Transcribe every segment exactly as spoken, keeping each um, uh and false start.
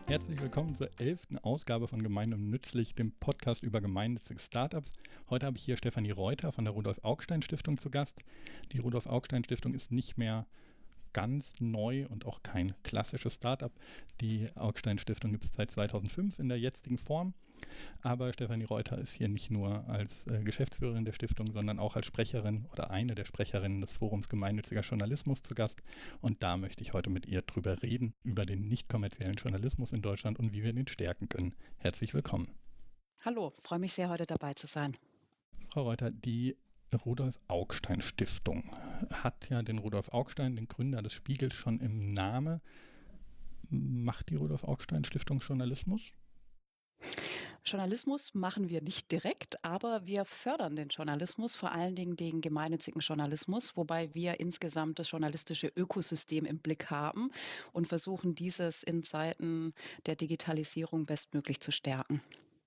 Herzlich willkommen zur elften Ausgabe von Gemein und Nützlich, dem Podcast über gemeinnützige Startups. Heute habe ich hier Stefanie Reuter von der Rudolf-Augstein-Stiftung zu Gast. Die Rudolf-Augstein-Stiftung ist nicht mehr ganz neu und auch kein klassisches Startup. Die Augstein-Stiftung gibt es seit zweitausendfünf in der jetzigen Form. Aber Stefanie Reuter ist hier nicht nur als äh, Geschäftsführerin der Stiftung, sondern auch als Sprecherin oder eine der Sprecherinnen des Forums Gemeinnütziger Journalismus zu Gast. Und da möchte ich heute mit ihr drüber reden, über den nicht kommerziellen Journalismus in Deutschland und wie wir den stärken können. Herzlich willkommen. Hallo, freue mich sehr, heute dabei zu sein. Frau Reuter, die Rudolf-Augstein-Stiftung hat ja den Rudolf Augstein, den Gründer des Spiegels, schon im Namen. Macht die Rudolf-Augstein-Stiftung Journalismus? Journalismus machen wir nicht direkt, aber wir fördern den Journalismus, vor allen Dingen den gemeinnützigen Journalismus, wobei wir insgesamt das journalistische Ökosystem im Blick haben und versuchen, dieses in Zeiten der Digitalisierung bestmöglich zu stärken.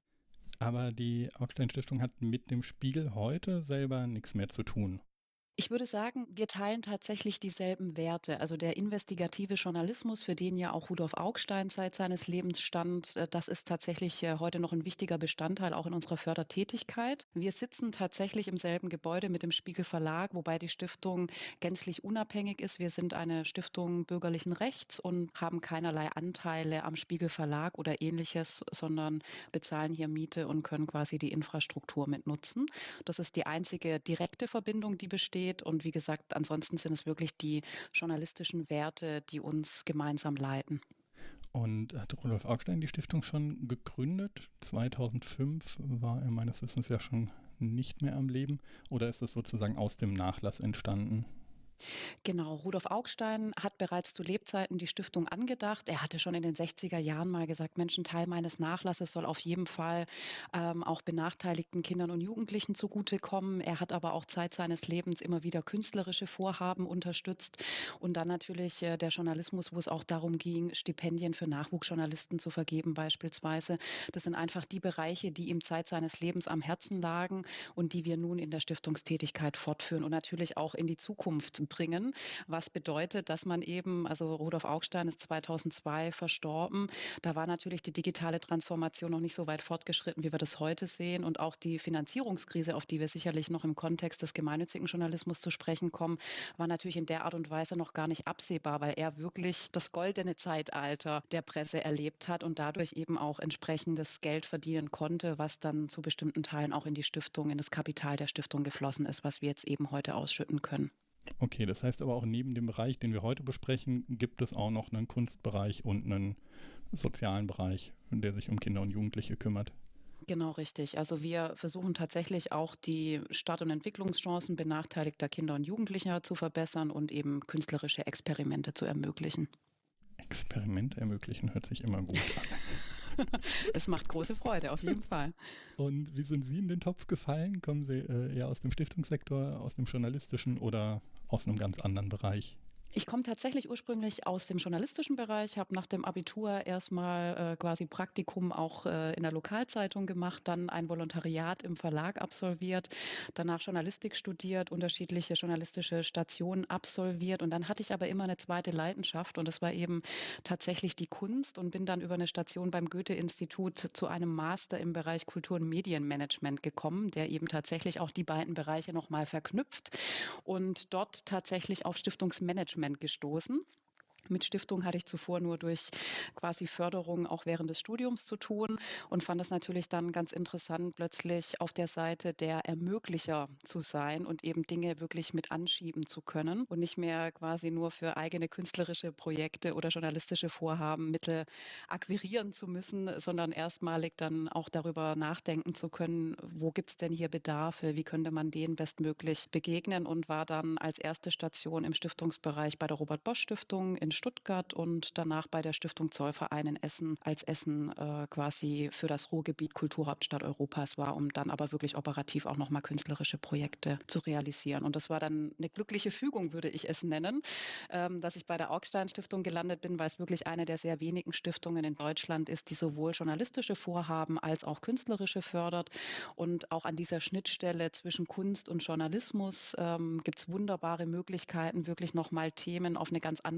Aber die Augstein-Stiftung hat mit dem Spiegel heute selber nichts mehr zu tun. Ich würde sagen, wir teilen tatsächlich dieselben Werte. Also der investigative Journalismus, für den ja auch Rudolf Augstein seit seines Lebens stand, das ist tatsächlich heute noch ein wichtiger Bestandteil auch in unserer Fördertätigkeit. Wir sitzen tatsächlich im selben Gebäude mit dem Spiegel Verlag, wobei die Stiftung gänzlich unabhängig ist. Wir sind eine Stiftung bürgerlichen Rechts und haben keinerlei Anteile am Spiegel Verlag oder Ähnliches, sondern bezahlen hier Miete und können quasi die Infrastruktur mit nutzen. Das ist die einzige direkte Verbindung, die besteht. Und wie gesagt, ansonsten sind es wirklich die journalistischen Werte, die uns gemeinsam leiten. Und hat Rudolf Augstein die Stiftung schon gegründet? zweitausendfünf war er meines Wissens ja schon nicht mehr am Leben. Oder ist es sozusagen aus dem Nachlass entstanden? Genau, Rudolf Augstein hat bereits zu Lebzeiten die Stiftung angedacht. Er hatte schon in den sechziger Jahren mal gesagt, Mensch, ein Teil meines Nachlasses soll auf jeden Fall ähm, auch benachteiligten Kindern und Jugendlichen zugutekommen. Er hat aber auch Zeit seines Lebens immer wieder künstlerische Vorhaben unterstützt. Und dann natürlich äh, der Journalismus, wo es auch darum ging, Stipendien für Nachwuchsjournalisten zu vergeben beispielsweise. Das sind einfach die Bereiche, die ihm Zeit seines Lebens am Herzen lagen und die wir nun in der Stiftungstätigkeit fortführen und natürlich auch in die Zukunft bringen, was bedeutet, dass man eben, also Rudolf Augstein ist zweitausendzwei verstorben, da war natürlich die digitale Transformation noch nicht so weit fortgeschritten, wie wir das heute sehen, und auch die Finanzierungskrise, auf die wir sicherlich noch im Kontext des gemeinnützigen Journalismus zu sprechen kommen, war natürlich in der Art und Weise noch gar nicht absehbar, weil er wirklich das goldene Zeitalter der Presse erlebt hat und dadurch eben auch entsprechendes Geld verdienen konnte, was dann zu bestimmten Teilen auch in die Stiftung, in das Kapital der Stiftung geflossen ist, was wir jetzt eben heute ausschütten können. Okay, das heißt aber auch neben dem Bereich, den wir heute besprechen, gibt es auch noch einen Kunstbereich und einen sozialen Bereich, der sich um Kinder und Jugendliche kümmert. Genau, richtig. Also wir versuchen tatsächlich auch die Start- und Entwicklungschancen benachteiligter Kinder und Jugendlicher zu verbessern und eben künstlerische Experimente zu ermöglichen. Experimente ermöglichen hört sich immer gut an. Es macht große Freude, auf jeden Fall. Und wie sind Sie in den Topf gefallen? Kommen Sie äh, eher aus dem Stiftungssektor, aus dem journalistischen oder aus einem ganz anderen Bereich? Ich komme tatsächlich ursprünglich aus dem journalistischen Bereich, habe nach dem Abitur erstmal äh, quasi Praktikum auch äh, in der Lokalzeitung gemacht, dann ein Volontariat im Verlag absolviert, danach Journalistik studiert, unterschiedliche journalistische Stationen absolviert und dann hatte ich aber immer eine zweite Leidenschaft und das war eben tatsächlich die Kunst und bin dann über eine Station beim Goethe-Institut zu einem Master im Bereich Kultur- und Medienmanagement gekommen, der eben tatsächlich auch die beiden Bereiche nochmal verknüpft und dort tatsächlich auf Stiftungsmanagement gestoßen. Mit Stiftung hatte ich zuvor nur durch quasi Förderung auch während des Studiums zu tun und fand es natürlich dann ganz interessant, plötzlich auf der Seite der Ermöglicher zu sein und eben Dinge wirklich mit anschieben zu können und nicht mehr quasi nur für eigene künstlerische Projekte oder journalistische Vorhaben Mittel akquirieren zu müssen, sondern erstmalig dann auch darüber nachdenken zu können, wo gibt es denn hier Bedarfe, wie könnte man denen bestmöglich begegnen und war dann als erste Station im Stiftungsbereich bei der Robert-Bosch-Stiftung in Stuttgart und danach bei der Stiftung Zollverein in Essen, als Essen äh, quasi für das Ruhrgebiet Kulturhauptstadt Europas war, um dann aber wirklich operativ auch nochmal künstlerische Projekte zu realisieren. Und das war dann eine glückliche Fügung, würde ich es nennen, ähm, dass ich bei der Augstein-Stiftung gelandet bin, weil es wirklich eine der sehr wenigen Stiftungen in Deutschland ist, die sowohl journalistische Vorhaben als auch künstlerische fördert. Und auch an dieser Schnittstelle zwischen Kunst und Journalismus ähm, gibt es wunderbare Möglichkeiten, wirklich nochmal Themen auf eine ganz andere Art und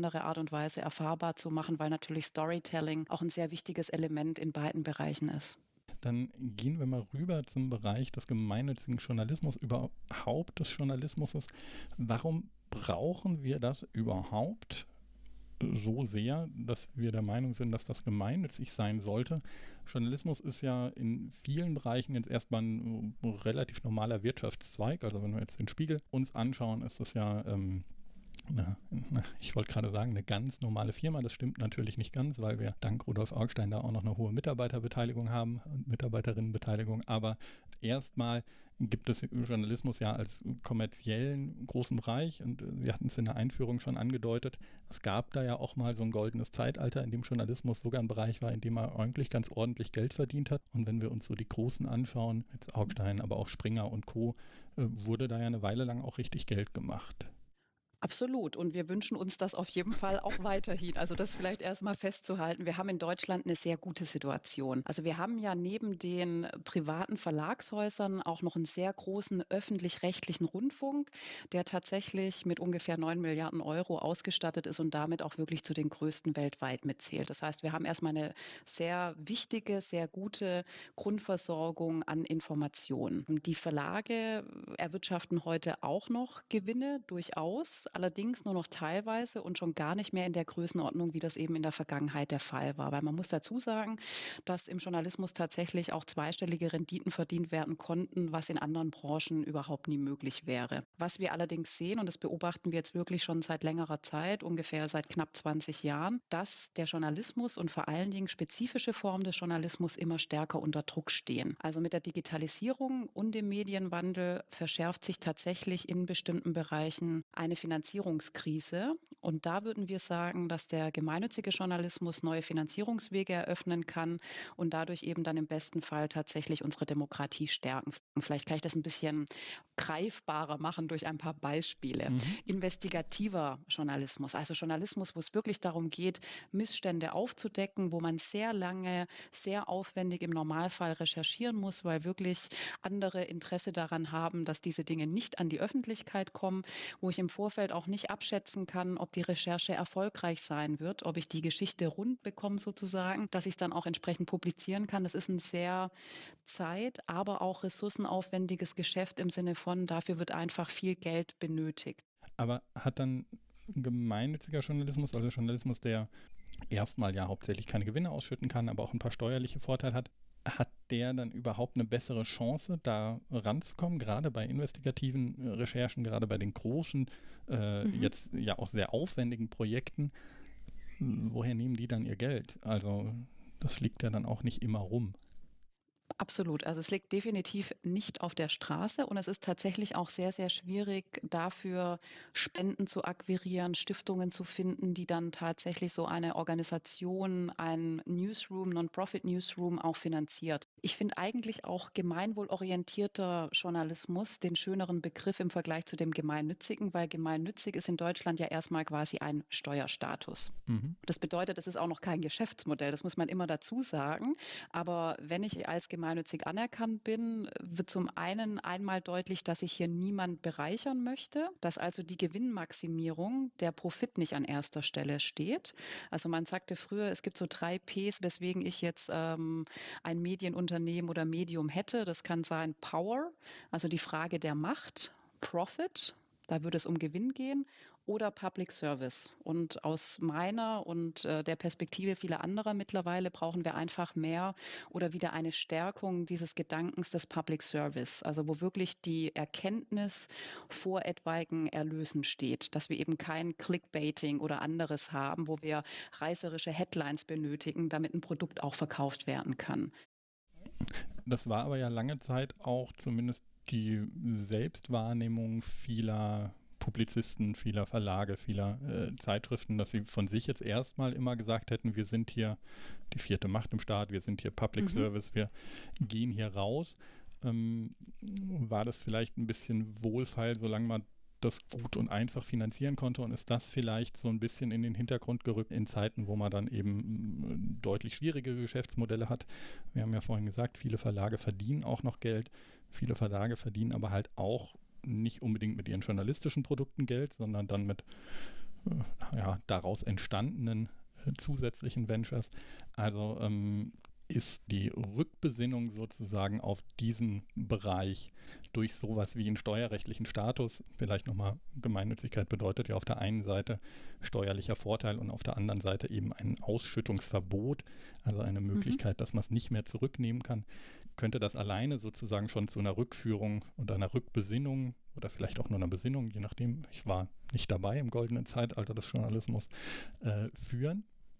und Weise erfahrbar zu machen, weil natürlich Storytelling auch ein sehr wichtiges Element in beiden Bereichen ist. Dann gehen wir mal rüber zum Bereich des gemeinnützigen Journalismus, überhaupt des Journalismus. Warum brauchen wir das überhaupt so sehr, dass wir der Meinung sind, dass das gemeinnützig sein sollte? Journalismus ist ja in vielen Bereichen jetzt erstmal ein relativ normaler Wirtschaftszweig. Also wenn wir jetzt den Spiegel uns anschauen, ist das ja... Ähm, Na, na, ich wollte gerade sagen, eine ganz normale Firma. Das stimmt natürlich nicht ganz, weil wir dank Rudolf Augstein da auch noch eine hohe Mitarbeiterbeteiligung haben und Mitarbeiterinnenbeteiligung. Aber erstmal gibt es Journalismus ja als kommerziellen großen Bereich und Sie hatten es in der Einführung schon angedeutet. Es gab da ja auch mal so ein goldenes Zeitalter, in dem Journalismus sogar ein Bereich war, in dem er eigentlich ganz ordentlich Geld verdient hat. Und wenn wir uns so die Großen anschauen, jetzt Augstein, aber auch Springer und Co., wurde da ja eine Weile lang auch richtig Geld gemacht. Absolut. Und wir wünschen uns das auf jeden Fall auch weiterhin. Also das vielleicht erstmal festzuhalten. Wir haben in Deutschland eine sehr gute Situation. Also wir haben ja neben den privaten Verlagshäusern auch noch einen sehr großen öffentlich-rechtlichen Rundfunk, der tatsächlich mit ungefähr neun Milliarden Euro ausgestattet ist und damit auch wirklich zu den größten weltweit mitzählt. Das heißt, wir haben erstmal eine sehr wichtige, sehr gute Grundversorgung an Informationen. Und die Verlage erwirtschaften heute auch noch Gewinne, durchaus. Allerdings nur noch teilweise und schon gar nicht mehr in der Größenordnung, wie das eben in der Vergangenheit der Fall war. Weil man muss dazu sagen, dass im Journalismus tatsächlich auch zweistellige Renditen verdient werden konnten, was in anderen Branchen überhaupt nie möglich wäre. Was wir allerdings sehen, und das beobachten wir jetzt wirklich schon seit längerer Zeit, ungefähr seit knapp zwanzig Jahren, dass der Journalismus und vor allen Dingen spezifische Formen des Journalismus immer stärker unter Druck stehen. Also mit der Digitalisierung und dem Medienwandel verschärft sich tatsächlich in bestimmten Bereichen eine Finanzierungskrise. Und da würden wir sagen, dass der gemeinnützige Journalismus neue Finanzierungswege eröffnen kann und dadurch eben dann im besten Fall tatsächlich unsere Demokratie stärken. Vielleicht kann ich das ein bisschen greifbarer machen durch ein paar Beispiele. Mhm. Investigativer Journalismus, also Journalismus, wo es wirklich darum geht, Missstände aufzudecken, wo man sehr lange, sehr aufwendig im Normalfall recherchieren muss, weil wirklich andere Interesse daran haben, dass diese Dinge nicht an die Öffentlichkeit kommen, wo ich im Vorfeld auch nicht abschätzen kann, ob die Recherche erfolgreich sein wird, ob ich die Geschichte rund bekomme sozusagen, dass ich es dann auch entsprechend publizieren kann. Das ist ein sehr zeit-, aber auch ressourcenaufwendiges Geschäft im Sinne von, dafür wird einfach viel Geld benötigt. Aber hat dann gemeinnütziger Journalismus, also Journalismus, der erstmal ja hauptsächlich keine Gewinne ausschütten kann, aber auch ein paar steuerliche Vorteile hat, hat der dann überhaupt eine bessere Chance, da ranzukommen, gerade bei investigativen Recherchen, gerade bei den großen, äh, mhm. jetzt ja auch sehr aufwendigen Projekten? Woher nehmen die dann ihr Geld? Also das liegt ja dann auch nicht immer rum. Absolut. Also es liegt definitiv nicht auf der Straße und es ist tatsächlich auch sehr, sehr schwierig, dafür Spenden zu akquirieren, Stiftungen zu finden, die dann tatsächlich so eine Organisation, ein Newsroom, Non-Profit-Newsroom auch finanziert. Ich finde eigentlich auch gemeinwohlorientierter Journalismus den schöneren Begriff im Vergleich zu dem gemeinnützigen, weil gemeinnützig ist in Deutschland ja erstmal quasi ein Steuerstatus. Mhm. Das bedeutet, es ist auch noch kein Geschäftsmodell, das muss man immer dazu sagen. Aber wenn ich als gemeinnützig anerkannt bin, wird zum einen einmal deutlich, dass ich hier niemand bereichern möchte, dass also die Gewinnmaximierung, der Profit nicht an erster Stelle steht. Also man sagte früher, es gibt so drei Ps, weswegen ich jetzt ähm, ein Medienunternehmen oder Medium hätte. Das kann sein Power, also die Frage der Macht, Profit, da würde es um Gewinn gehen, oder Public Service. Und aus meiner und äh, der Perspektive vieler anderer mittlerweile brauchen wir einfach mehr oder wieder eine Stärkung dieses Gedankens des Public Service, also wo wirklich die Erkenntnis vor etwaigen Erlösen steht, dass wir eben kein Clickbaiting oder anderes haben, wo wir reißerische Headlines benötigen, damit ein Produkt auch verkauft werden kann. Das war aber ja lange Zeit auch zumindest die Selbstwahrnehmung vieler Publizisten, vieler Verlage, vieler äh, Zeitschriften, dass sie von sich jetzt erstmal immer gesagt hätten, wir sind hier die vierte Macht im Staat, wir sind hier Public mhm. Service, wir gehen hier raus. Ähm, war das vielleicht ein bisschen wohlfeil, solange man das gut und einfach finanzieren konnte, und ist das vielleicht so ein bisschen in den Hintergrund gerückt in Zeiten, wo man dann eben deutlich schwierige Geschäftsmodelle hat. Wir haben ja vorhin gesagt, viele Verlage verdienen auch noch Geld, viele Verlage verdienen aber halt auch nicht unbedingt mit ihren journalistischen Produkten Geld, sondern dann mit äh, ja, daraus entstandenen äh, zusätzlichen Ventures. Also ähm, ist die Rückbesinnung sozusagen auf diesen Bereich durch sowas wie einen steuerrechtlichen Status, vielleicht nochmal, Gemeinnützigkeit bedeutet ja auf der einen Seite steuerlicher Vorteil und auf der anderen Seite eben ein Ausschüttungsverbot, also eine Möglichkeit, mhm. dass man es nicht mehr zurücknehmen kann, könnte das alleine sozusagen schon zu einer Rückführung oder einer Rückbesinnung oder vielleicht auch nur einer Besinnung, je nachdem, ich war nicht dabei im goldenen Zeitalter des Journalismus, äh, führen?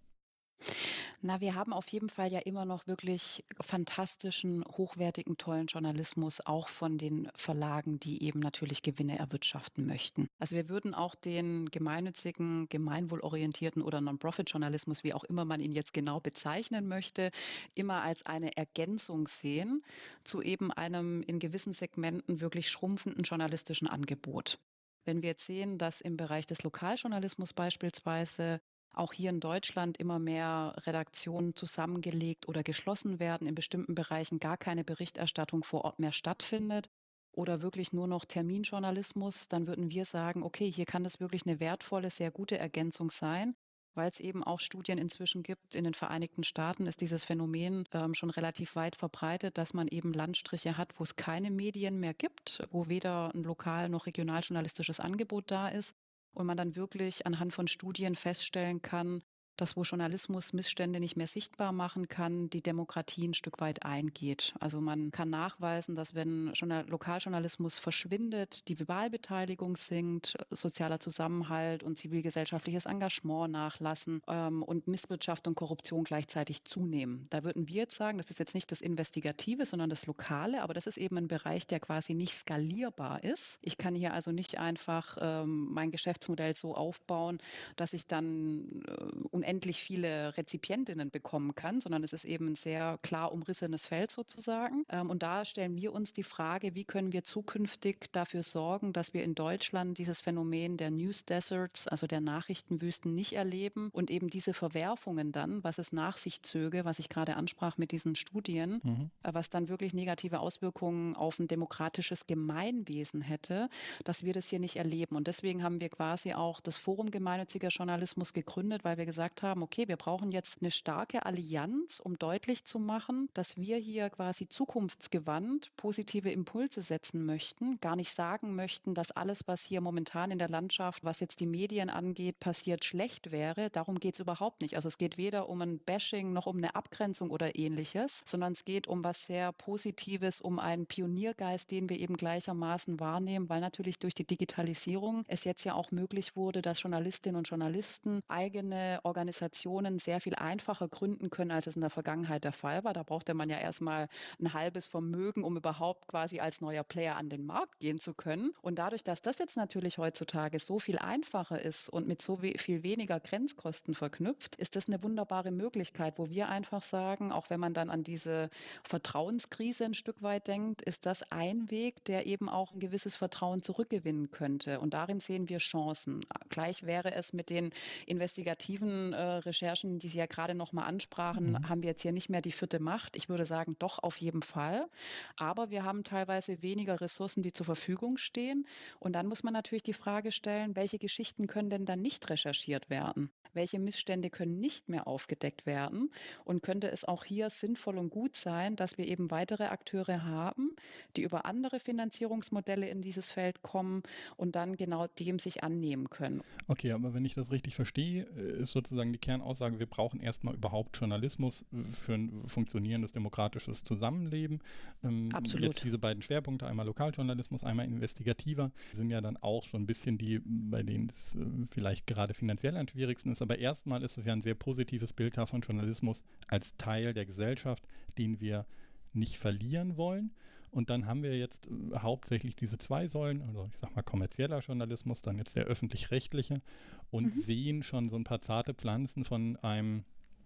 Na, wir haben auf jeden Fall ja immer noch wirklich fantastischen, hochwertigen, tollen Journalismus, auch von den Verlagen, die eben natürlich Gewinne erwirtschaften möchten. Also wir würden auch den gemeinnützigen, gemeinwohlorientierten oder Non-Profit-Journalismus, wie auch immer man ihn jetzt genau bezeichnen möchte, immer als eine Ergänzung sehen zu eben einem in gewissen Segmenten wirklich schrumpfenden journalistischen Angebot. Wenn wir jetzt sehen, dass im Bereich des Lokaljournalismus beispielsweise auch hier in Deutschland immer mehr Redaktionen zusammengelegt oder geschlossen werden, in bestimmten Bereichen gar keine Berichterstattung vor Ort mehr stattfindet oder wirklich nur noch Terminjournalismus, dann würden wir sagen, okay, hier kann das wirklich eine wertvolle, sehr gute Ergänzung sein, weil es eben auch Studien inzwischen gibt. In den Vereinigten Staaten ist dieses Phänomen ähm, schon relativ weit verbreitet, dass man eben Landstriche hat, wo es keine Medien mehr gibt, wo weder ein lokal- noch regionaljournalistisches Angebot da ist. Und man dann wirklich anhand von Studien feststellen kann, dass wo Journalismus Missstände nicht mehr sichtbar machen kann, die Demokratie ein Stück weit eingeht. Also man kann nachweisen, dass wenn Journal- Lokaljournalismus verschwindet, die Wahlbeteiligung sinkt, sozialer Zusammenhalt und zivilgesellschaftliches Engagement nachlassen ähm, und Misswirtschaft und Korruption gleichzeitig zunehmen. Da würden wir jetzt sagen, das ist jetzt nicht das Investigative, sondern das Lokale, aber das ist eben ein Bereich, der quasi nicht skalierbar ist. Ich kann hier also nicht einfach ähm, mein Geschäftsmodell so aufbauen, dass ich dann äh, unendlich viele Rezipientinnen bekommen kann, sondern es ist eben ein sehr klar umrissenes Feld sozusagen. Und da stellen wir uns die Frage, wie können wir zukünftig dafür sorgen, dass wir in Deutschland dieses Phänomen der News Deserts, also der Nachrichtenwüsten, nicht erleben und eben diese Verwerfungen dann, was es nach sich zöge, was ich gerade ansprach mit diesen Studien, mhm. was dann wirklich negative Auswirkungen auf ein demokratisches Gemeinwesen hätte, dass wir das hier nicht erleben. Und deswegen haben wir quasi auch das Forum Gemeinnütziger Journalismus gegründet, weil wir gesagt haben, okay, wir brauchen jetzt eine starke Allianz, um deutlich zu machen, dass wir hier quasi zukunftsgewandt positive Impulse setzen möchten, gar nicht sagen möchten, dass alles, was hier momentan in der Landschaft, was jetzt die Medien angeht, passiert, schlecht wäre. Darum geht es überhaupt nicht. Also es geht weder um ein Bashing noch um eine Abgrenzung oder ähnliches, sondern es geht um was sehr Positives, um einen Pioniergeist, den wir eben gleichermaßen wahrnehmen, weil natürlich durch die Digitalisierung es jetzt ja auch möglich wurde, dass Journalistinnen und Journalisten eigene Organisationen Organisationen sehr viel einfacher gründen können, als es in der Vergangenheit der Fall war. Da brauchte man ja erstmal ein halbes Vermögen, um überhaupt quasi als neuer Player an den Markt gehen zu können. Und dadurch, dass das jetzt natürlich heutzutage so viel einfacher ist und mit so we- viel weniger Grenzkosten verknüpft, ist das eine wunderbare Möglichkeit, wo wir einfach sagen, auch wenn man dann an diese Vertrauenskrise ein Stück weit denkt, ist das ein Weg, der eben auch ein gewisses Vertrauen zurückgewinnen könnte. Und darin sehen wir Chancen. Gleich wäre es mit den investigativen äh, Recherchen, die Sie ja gerade noch mal ansprachen, mhm. haben wir jetzt hier nicht mehr die vierte Macht. Ich würde sagen, doch auf jeden Fall. Aber wir haben teilweise weniger Ressourcen, die zur Verfügung stehen. Und dann muss man natürlich die Frage stellen, welche Geschichten können denn dann nicht recherchiert werden? Welche Missstände können nicht mehr aufgedeckt werden? Und könnte es auch hier sinnvoll und gut sein, dass wir eben weitere Akteure haben, die über andere Finanzierungsmodelle in dieses Feld kommen und dann genau dem sich annehmen können? Okay, aber wenn ich das richtig verstehe, ist sozusagen die Kernaussage, wir brauchen erstmal überhaupt Journalismus für ein funktionierendes demokratisches Zusammenleben. Ähm, Absolut. Jetzt diese beiden Schwerpunkte, einmal Lokaljournalismus, einmal investigativer, sind ja dann auch so ein bisschen die, bei denen es äh, vielleicht gerade finanziell am schwierigsten ist. Aber erstmal ist es ja ein sehr positives Bild davon Journalismus als Teil der Gesellschaft, den wir nicht verlieren wollen. Und dann haben wir jetzt äh, hauptsächlich diese zwei Säulen, also ich sag mal kommerzieller Journalismus, dann jetzt der öffentlich-rechtliche und mhm. sehen schon so ein paar zarte Pflanzen von einem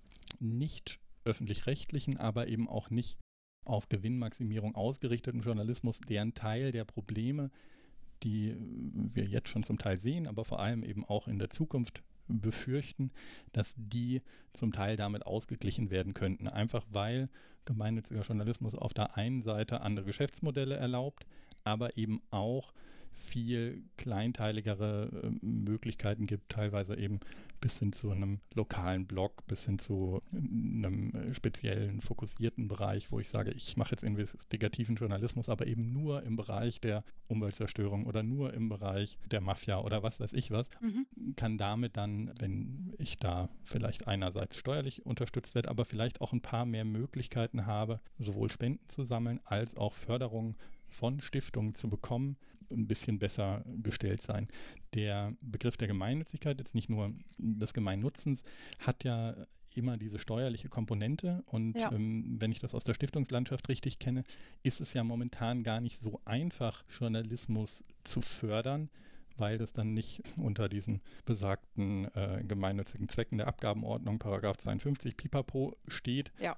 nicht öffentlich-rechtlichen, aber eben auch nicht auf Gewinnmaximierung ausgerichteten Journalismus, der ein Teil der Probleme, die wir jetzt schon zum Teil sehen, aber vor allem eben auch in der Zukunft befürchten, dass die zum Teil damit ausgeglichen werden könnten. Einfach weil gemeinnütziger Journalismus auf der einen Seite andere Geschäftsmodelle erlaubt, aber eben auch viel kleinteiligere äh, Möglichkeiten gibt, teilweise eben bis hin zu einem lokalen Blog, bis hin zu einem äh, speziellen, fokussierten Bereich, wo ich sage, ich mache jetzt investigativen Journalismus, aber eben nur im Bereich der Umweltzerstörung oder nur im Bereich der Mafia oder was weiß ich was, mhm. kann damit dann, wenn ich da vielleicht einerseits steuerlich unterstützt werde, aber vielleicht auch ein paar mehr Möglichkeiten habe, sowohl Spenden zu sammeln, als auch Förderung von Stiftungen zu bekommen, ein bisschen besser gestellt sein. Der Begriff der Gemeinnützigkeit, jetzt nicht nur des Gemeinnutzens, hat ja immer diese steuerliche Komponente und ja. ähm, wenn ich das aus der Stiftungslandschaft richtig kenne, ist es ja momentan gar nicht so einfach, Journalismus zu fördern, weil das dann nicht unter diesen besagten äh, gemeinnützigen Zwecken der Abgabenordnung, Paragraph zweiundfünfzig, Pipapo steht. Ja.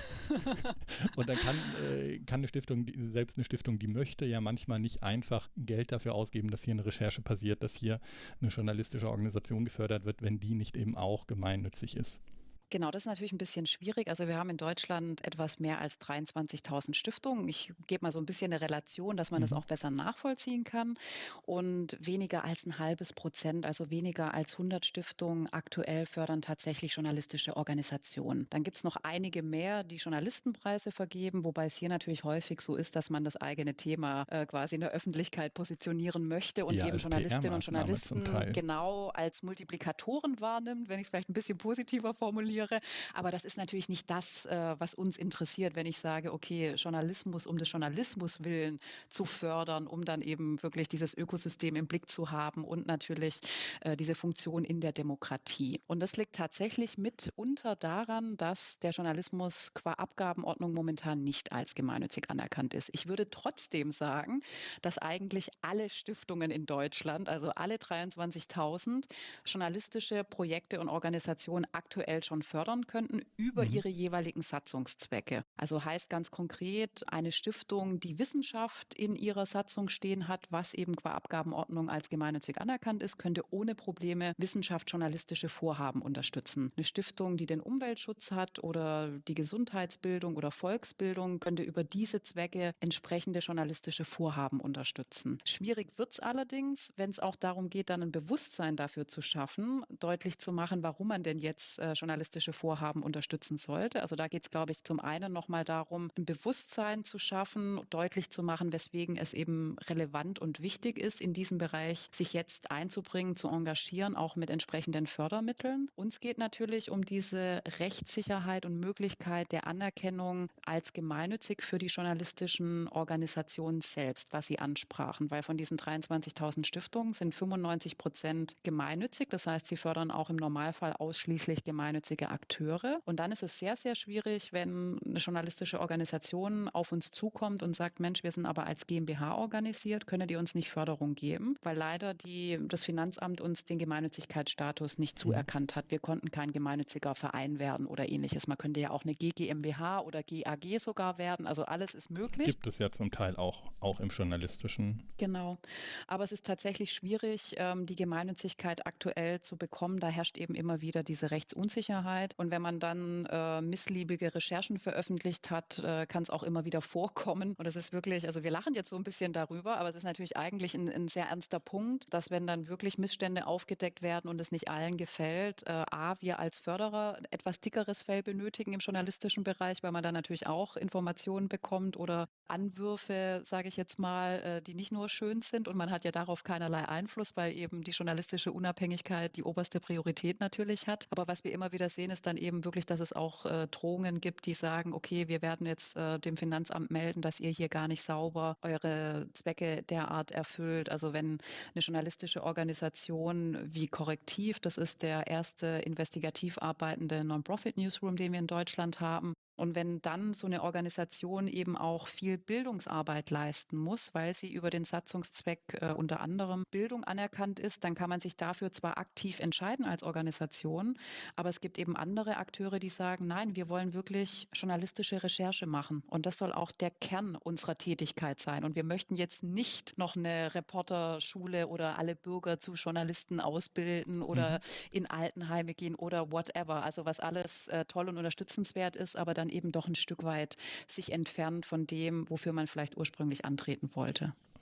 Und, und dann kann, äh, kann eine Stiftung, selbst eine Stiftung, die möchte, ja manchmal nicht einfach Geld dafür ausgeben, dass hier eine Recherche passiert, dass hier eine journalistische Organisation gefördert wird, wenn die nicht eben auch gemeinnützig ist. Genau, das ist natürlich ein bisschen schwierig. Also wir haben in Deutschland etwas mehr als dreiundzwanzigtausend Stiftungen. Ich gebe mal so ein bisschen eine Relation, dass man mhm. das auch besser nachvollziehen kann. Und weniger als ein halbes Prozent, also weniger als hundert Stiftungen aktuell fördern tatsächlich journalistische Organisationen. Dann gibt es noch einige mehr, die Journalistenpreise vergeben, wobei es hier natürlich häufig so ist, dass man das eigene Thema äh, quasi in der Öffentlichkeit positionieren möchte und ja, eben Journalistinnen und Journalisten genau als Multiplikatoren wahrnimmt, wenn ich es vielleicht ein bisschen positiver formuliere. Aber das ist natürlich nicht das, was uns interessiert, wenn ich sage, okay, Journalismus um des Journalismus willen zu fördern, um dann eben wirklich dieses Ökosystem im Blick zu haben und natürlich diese Funktion in der Demokratie. Und das liegt tatsächlich mitunter daran, dass der Journalismus qua Abgabenordnung momentan nicht als gemeinnützig anerkannt ist. Ich würde trotzdem sagen, dass eigentlich alle Stiftungen in Deutschland, also alle dreiundzwanzigtausend, journalistische Projekte und Organisationen aktuell schon fördern könnten über mhm. ihre jeweiligen Satzungszwecke. Also heißt ganz konkret, eine Stiftung, die Wissenschaft in ihrer Satzung stehen hat, was eben qua Abgabenordnung als gemeinnützig anerkannt ist, könnte ohne Probleme wissenschaftsjournalistische Vorhaben unterstützen. Eine Stiftung, die den Umweltschutz hat oder die Gesundheitsbildung oder Volksbildung, könnte über diese Zwecke entsprechende journalistische Vorhaben unterstützen. Schwierig wird es allerdings, wenn es auch darum geht, dann ein Bewusstsein dafür zu schaffen, deutlich zu machen, warum man denn jetzt äh, journalistische Vorhaben unterstützen sollte. Also da geht es, glaube ich, zum einen nochmal darum, ein Bewusstsein zu schaffen, deutlich zu machen, weswegen es eben relevant und wichtig ist, in diesem Bereich sich jetzt einzubringen, zu engagieren, auch mit entsprechenden Fördermitteln. Uns geht natürlich um diese Rechtssicherheit und Möglichkeit der Anerkennung als gemeinnützig für die journalistischen Organisationen selbst, was Sie ansprachen, weil von diesen dreiundzwanzigtausend Stiftungen sind fünfundneunzig Prozent gemeinnützig. Das heißt, sie fördern auch im Normalfall ausschließlich gemeinnützige Akteure. Und dann ist es sehr, sehr schwierig, wenn eine journalistische Organisation auf uns zukommt und sagt, Mensch, wir sind aber als GmbH organisiert, können die uns nicht Förderung geben, weil leider die, das Finanzamt uns den Gemeinnützigkeitsstatus nicht zuerkannt hat. Wir konnten kein gemeinnütziger Verein werden oder ähnliches. Man könnte ja auch eine G GmbH oder G A G sogar werden. Also alles ist möglich. Gibt es ja zum Teil auch, auch im journalistischen. Genau. Aber es ist tatsächlich schwierig, die Gemeinnützigkeit aktuell zu bekommen. Da herrscht eben immer wieder diese Rechtsunsicherheit. Und wenn man dann äh, missliebige Recherchen veröffentlicht hat, äh, kann es auch immer wieder vorkommen. Und es ist wirklich, also wir lachen jetzt so ein bisschen darüber, aber es ist natürlich eigentlich ein, ein sehr ernster Punkt, dass wenn dann wirklich Missstände aufgedeckt werden und es nicht allen gefällt, äh, A, wir als Förderer etwas dickeres Fell benötigen im journalistischen Bereich, weil man dann natürlich auch Informationen bekommt oder Anwürfe, sage ich jetzt mal, äh, die nicht nur schön sind und man hat ja darauf keinerlei Einfluss, weil eben die journalistische Unabhängigkeit die oberste Priorität natürlich hat. Aber was wir immer wieder sehen, ist dann eben wirklich, dass es auch äh, Drohungen gibt, die sagen, okay, wir werden jetzt äh, dem Finanzamt melden, dass ihr hier gar nicht sauber eure Zwecke derart erfüllt. Also wenn eine journalistische Organisation wie Korrektiv, das ist der erste investigativ arbeitende Non-Profit-Newsroom, den wir in Deutschland haben, und wenn dann so eine Organisation eben auch viel Bildungsarbeit leisten muss, weil sie über den Satzungszweck äh, unter anderem Bildung anerkannt ist, dann kann man sich dafür zwar aktiv entscheiden als Organisation, aber es gibt eben andere Akteure, die sagen, nein, wir wollen wirklich journalistische Recherche machen. Und das soll auch der Kern unserer Tätigkeit sein. Und wir möchten jetzt nicht noch eine Reporterschule oder alle Bürger zu Journalisten ausbilden oder mhm. in Altenheime gehen oder whatever. Also was alles äh, toll und unterstützenswert ist, aber dann eben doch ein Stück weit sich entfernt von dem, wofür man vielleicht ursprünglich antreten wollte.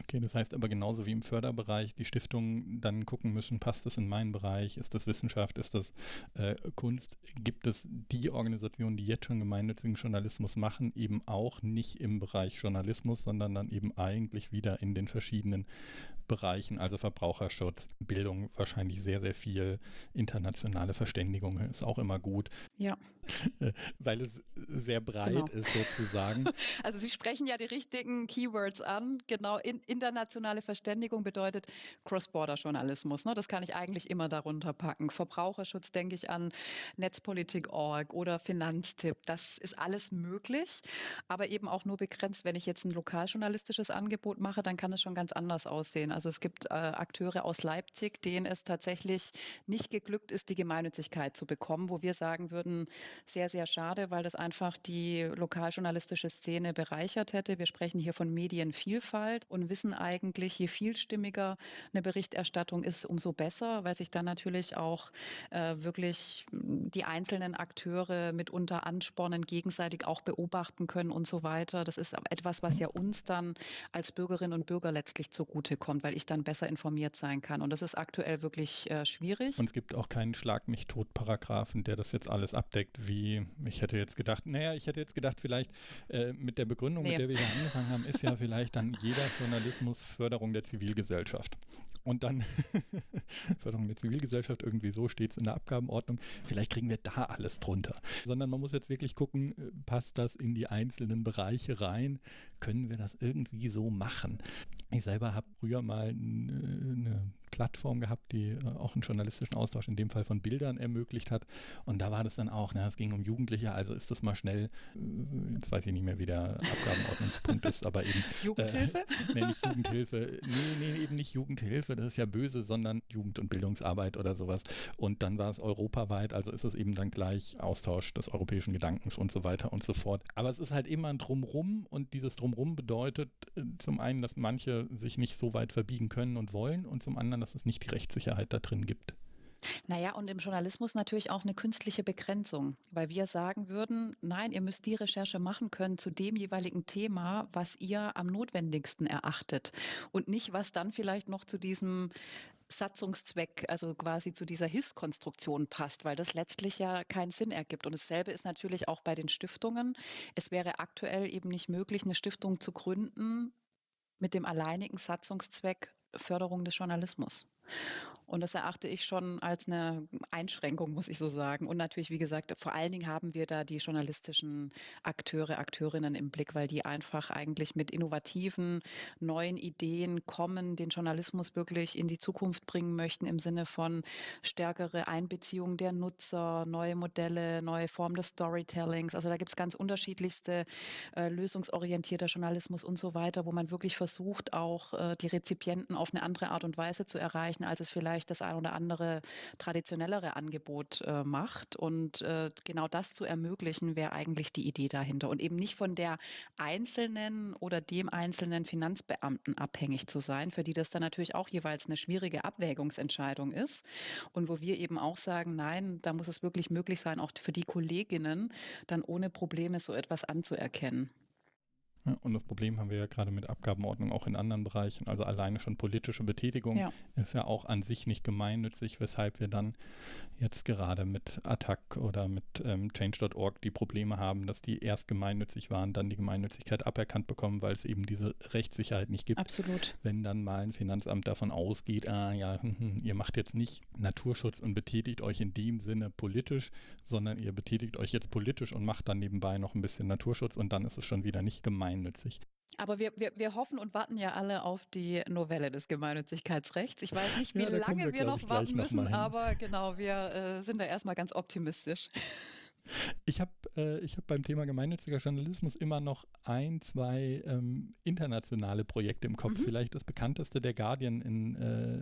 Okay, das heißt aber genauso wie im Förderbereich, die Stiftungen dann gucken müssen, passt das in meinen Bereich, ist das Wissenschaft, ist das äh, Kunst, gibt es die Organisationen, die jetzt schon gemeinnützigen Journalismus machen, eben auch nicht im Bereich Journalismus, sondern dann eben eigentlich wieder in den verschiedenen Bereichen, also Verbraucherschutz, Bildung, wahrscheinlich sehr, sehr viel, internationale Verständigung ist auch immer gut. Ja. Weil es sehr breit Genau. ist sozusagen. Also Sie sprechen ja die richtigen Keywords an. Genau, in, internationale Verständigung bedeutet Cross-Border-Journalismus. Ne? Das kann ich eigentlich immer darunter packen. Verbraucherschutz denke ich an Netzpolitik Punkt org oder Finanztipp. Das ist alles möglich, aber eben auch nur begrenzt. Wenn ich jetzt ein lokaljournalistisches Angebot mache, dann kann es schon ganz anders aussehen. Also es gibt äh, Akteure aus Leipzig, denen es tatsächlich nicht geglückt ist, die Gemeinnützigkeit zu bekommen, wo wir sagen würden, sehr, sehr schade, weil das einfach die lokaljournalistische Szene bereichert hätte. Wir sprechen hier von Medienvielfalt und wissen eigentlich, je vielstimmiger eine Berichterstattung ist, umso besser, weil sich dann natürlich auch äh, wirklich die einzelnen Akteure mitunter anspornen, gegenseitig auch beobachten können und so weiter. Das ist etwas, was ja uns dann als Bürgerinnen und Bürger letztlich zugutekommt, weil ich dann besser informiert sein kann. Und das ist aktuell wirklich äh, schwierig. Und es gibt auch keinen Schlag-mich-tot-Paragraphen, der das jetzt alles abdeckt, wie ich hätte jetzt gedacht, naja, ich hätte jetzt gedacht, vielleicht äh, mit der Begründung, nee. mit der wir hier angefangen haben, ist ja vielleicht dann jeder Journalismus Förderung der Zivilgesellschaft. Und dann Förderung der Zivilgesellschaft, irgendwie so steht es in der Abgabenordnung. Vielleicht kriegen wir da alles drunter. Sondern man muss jetzt wirklich gucken, passt das in die einzelnen Bereiche rein? Können wir das irgendwie so machen? Ich selber habe früher mal eine, eine Plattform gehabt, die auch einen journalistischen Austausch in dem Fall von Bildern ermöglicht hat. Und da war das dann auch, ne, es ging um Jugendliche, also ist das mal schnell, jetzt weiß ich nicht mehr, wie der Abgabenordnungspunkt ist, aber eben Jugendhilfe? Äh, nee, nicht Jugendhilfe. Nee, nee, eben nicht Jugendhilfe, das ist ja böse, sondern Jugend- und Bildungsarbeit oder sowas. Und dann war es europaweit, also ist es eben dann gleich Austausch des europäischen Gedankens und so weiter und so fort. Aber es ist halt immer ein Drumrum und dieses Drumrum bedeutet äh, zum einen, dass manche sich nicht so weit verbiegen können und wollen und zum anderen, dass es nicht die Rechtssicherheit da drin gibt. Naja, und im Journalismus natürlich auch eine künstliche Begrenzung, weil wir sagen würden, nein, ihr müsst die Recherche machen können zu dem jeweiligen Thema, was ihr am notwendigsten erachtet und nicht, was dann vielleicht noch zu diesem Satzungszweck, also quasi zu dieser Hilfskonstruktion passt, weil das letztlich ja keinen Sinn ergibt. Und dasselbe ist natürlich auch bei den Stiftungen. Es wäre aktuell eben nicht möglich, eine Stiftung zu gründen mit dem alleinigen Satzungszweck Förderung des Journalismus. Und das erachte ich schon als eine Einschränkung, muss ich so sagen. Und natürlich, wie gesagt, vor allen Dingen haben wir da die journalistischen Akteure, Akteurinnen im Blick, weil die einfach eigentlich mit innovativen, neuen Ideen kommen, den Journalismus wirklich in die Zukunft bringen möchten, im Sinne von stärkere Einbeziehung der Nutzer, neue Modelle, neue Formen des Storytellings. Also da gibt es ganz unterschiedlichste äh, lösungsorientierter Journalismus und so weiter, wo man wirklich versucht, auch äh, die Rezipienten auf eine andere Art und Weise zu erreichen, als es vielleicht das ein oder andere traditionellere Angebot äh, macht. Und äh, genau das zu ermöglichen, wäre eigentlich die Idee dahinter. Und eben nicht von der einzelnen oder dem einzelnen Finanzbeamten abhängig zu sein, für die das dann natürlich auch jeweils eine schwierige Abwägungsentscheidung ist. Und wo wir eben auch sagen, nein, da muss es wirklich möglich sein, auch für die Kolleginnen dann ohne Probleme so etwas anzuerkennen. Ja, und das Problem haben wir ja gerade mit Abgabenordnung auch in anderen Bereichen. Also alleine schon politische Betätigung ja. ist ja auch an sich nicht gemeinnützig, weshalb wir dann jetzt gerade mit Attac oder mit ähm, Change Punkt org die Probleme haben, dass die erst gemeinnützig waren, dann die Gemeinnützigkeit aberkannt bekommen, weil es eben diese Rechtssicherheit nicht gibt. Absolut. Wenn dann mal ein Finanzamt davon ausgeht, ah ja, hm, hm, ihr macht jetzt nicht Naturschutz und betätigt euch in dem Sinne politisch, sondern ihr betätigt euch jetzt politisch und macht dann nebenbei noch ein bisschen Naturschutz und dann ist es schon wieder nicht gemeinnützig. Aber wir, wir, wir hoffen und warten ja alle auf die Novelle des Gemeinnützigkeitsrechts. Ich weiß nicht, wie ja, lange wir, wir noch warten müssen, noch aber genau, wir äh, sind da erstmal ganz optimistisch. Ich habe äh, ich hab beim Thema gemeinnütziger Journalismus immer noch ein, zwei ähm, internationale Projekte im Kopf. Mhm. Vielleicht das bekannteste, der Guardian in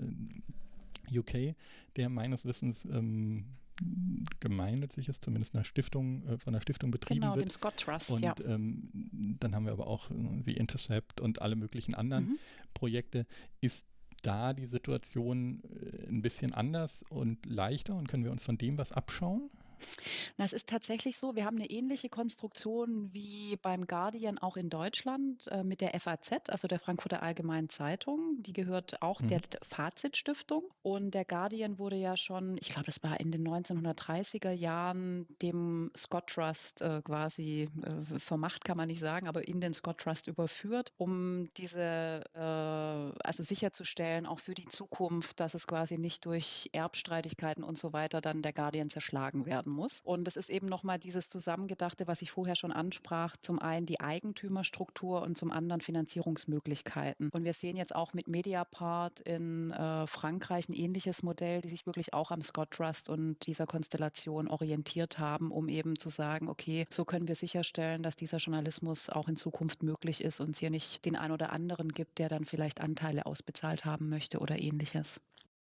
äh, U K, der meines Wissens ähm, gemeinnützig ist, zumindest einer Stiftung, äh, von einer Stiftung betrieben genau, wird. Genau, dem Scott Trust, und, ja. Ähm, dann haben wir aber auch äh, The Intercept und alle möglichen anderen mhm. Projekte. Ist da die Situation äh, ein bisschen anders und leichter und können wir uns von dem was abschauen? Na, es ist tatsächlich so, wir haben eine ähnliche Konstruktion wie beim Guardian auch in Deutschland äh, mit der F A Z, also der Frankfurter Allgemeinen Zeitung. Die gehört auch der Mhm. Fazit-Stiftung. Und der Guardian wurde ja schon, ich glaube, das war in den neunzehnhundertdreißiger Jahren, dem Scott Trust äh, quasi äh, vermacht, kann man nicht sagen, aber in den Scott Trust überführt, um diese, äh, also sicherzustellen, auch für die Zukunft, dass es quasi nicht durch Erbstreitigkeiten und so weiter dann der Guardian zerschlagen werden muss. Und es ist eben nochmal dieses Zusammengedachte, was ich vorher schon ansprach, zum einen die Eigentümerstruktur und zum anderen Finanzierungsmöglichkeiten. Und wir sehen jetzt auch mit Mediapart in äh, Frankreich ein ähnliches Modell, die sich wirklich auch am Scott Trust und dieser Konstellation orientiert haben, um eben zu sagen, okay, so können wir sicherstellen, dass dieser Journalismus auch in Zukunft möglich ist und es hier nicht den ein oder anderen gibt, der dann vielleicht Anteile ausbezahlt haben möchte oder ähnliches.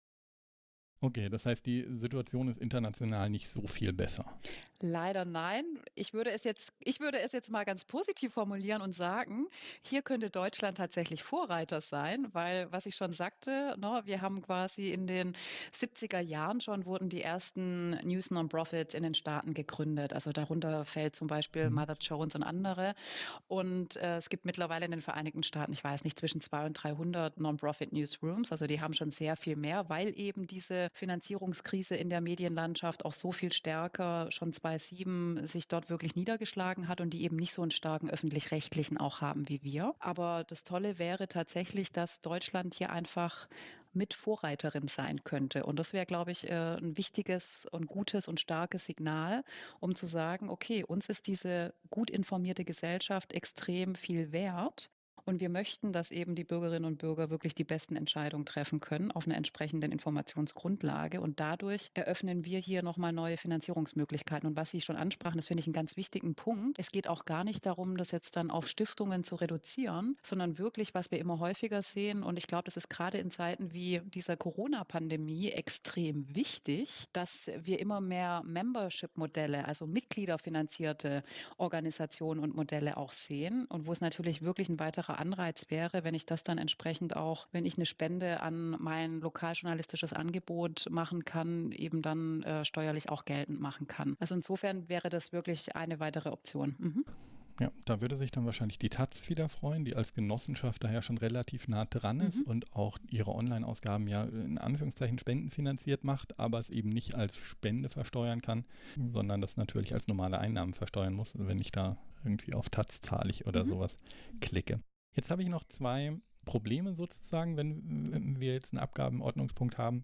Okay, das heißt, die Situation ist international nicht so viel besser. Leider nein. Ich würde es jetzt, ich würde es jetzt mal ganz positiv formulieren und sagen, hier könnte Deutschland tatsächlich Vorreiter sein, weil, was ich schon sagte, ne, wir haben quasi in den siebziger Jahren schon wurden die ersten News Non-Profits in den Staaten gegründet. Also darunter fällt zum Beispiel Mhm. Mother Jones und andere. Und äh, es gibt mittlerweile in den Vereinigten Staaten, ich weiß nicht, zwischen zweihundert und dreihundert Non-Profit Newsrooms. Also die haben schon sehr viel mehr, weil eben diese Finanzierungskrise in der Medienlandschaft auch so viel stärker schon zweitausendsieben sich dort wirklich niedergeschlagen hat und die eben nicht so einen starken öffentlich-rechtlichen auch haben wie wir. Aber das Tolle wäre tatsächlich, dass Deutschland hier einfach mit Vorreiterin sein könnte. Und das wäre, glaube ich, äh, ein wichtiges und gutes und starkes Signal, um zu sagen, okay, uns ist diese gut informierte Gesellschaft extrem viel wert. Und wir möchten, dass eben die Bürgerinnen und Bürger wirklich die besten Entscheidungen treffen können auf einer entsprechenden Informationsgrundlage. Und dadurch eröffnen wir hier nochmal neue Finanzierungsmöglichkeiten. Und was Sie schon ansprachen, das finde ich einen ganz wichtigen Punkt. Es geht auch gar nicht darum, das jetzt dann auf Stiftungen zu reduzieren, sondern wirklich, was wir immer häufiger sehen. Und ich glaube, das ist gerade in Zeiten wie dieser Corona-Pandemie extrem wichtig, dass wir immer mehr Membership-Modelle, also mitgliederfinanzierte Organisationen und Modelle auch sehen und wo es natürlich wirklich ein weiterer Anreiz wäre, wenn ich das dann entsprechend auch, wenn ich eine Spende an mein lokaljournalistisches Angebot machen kann, eben dann äh, steuerlich auch geltend machen kann. Also insofern wäre das wirklich eine weitere Option. Mhm. Ja, da würde sich dann wahrscheinlich die Taz wieder freuen, die als Genossenschaft daher schon relativ nah dran ist Mhm. und auch ihre Online-Ausgaben ja in Anführungszeichen spendenfinanziert macht, aber es eben nicht als Spende versteuern kann, sondern das natürlich als normale Einnahmen versteuern muss, wenn ich da irgendwie auf Taz zahle ich oder Mhm. sowas klicke. Jetzt habe ich noch zwei Probleme sozusagen, wenn, wenn wir jetzt einen Abgabenordnungspunkt haben,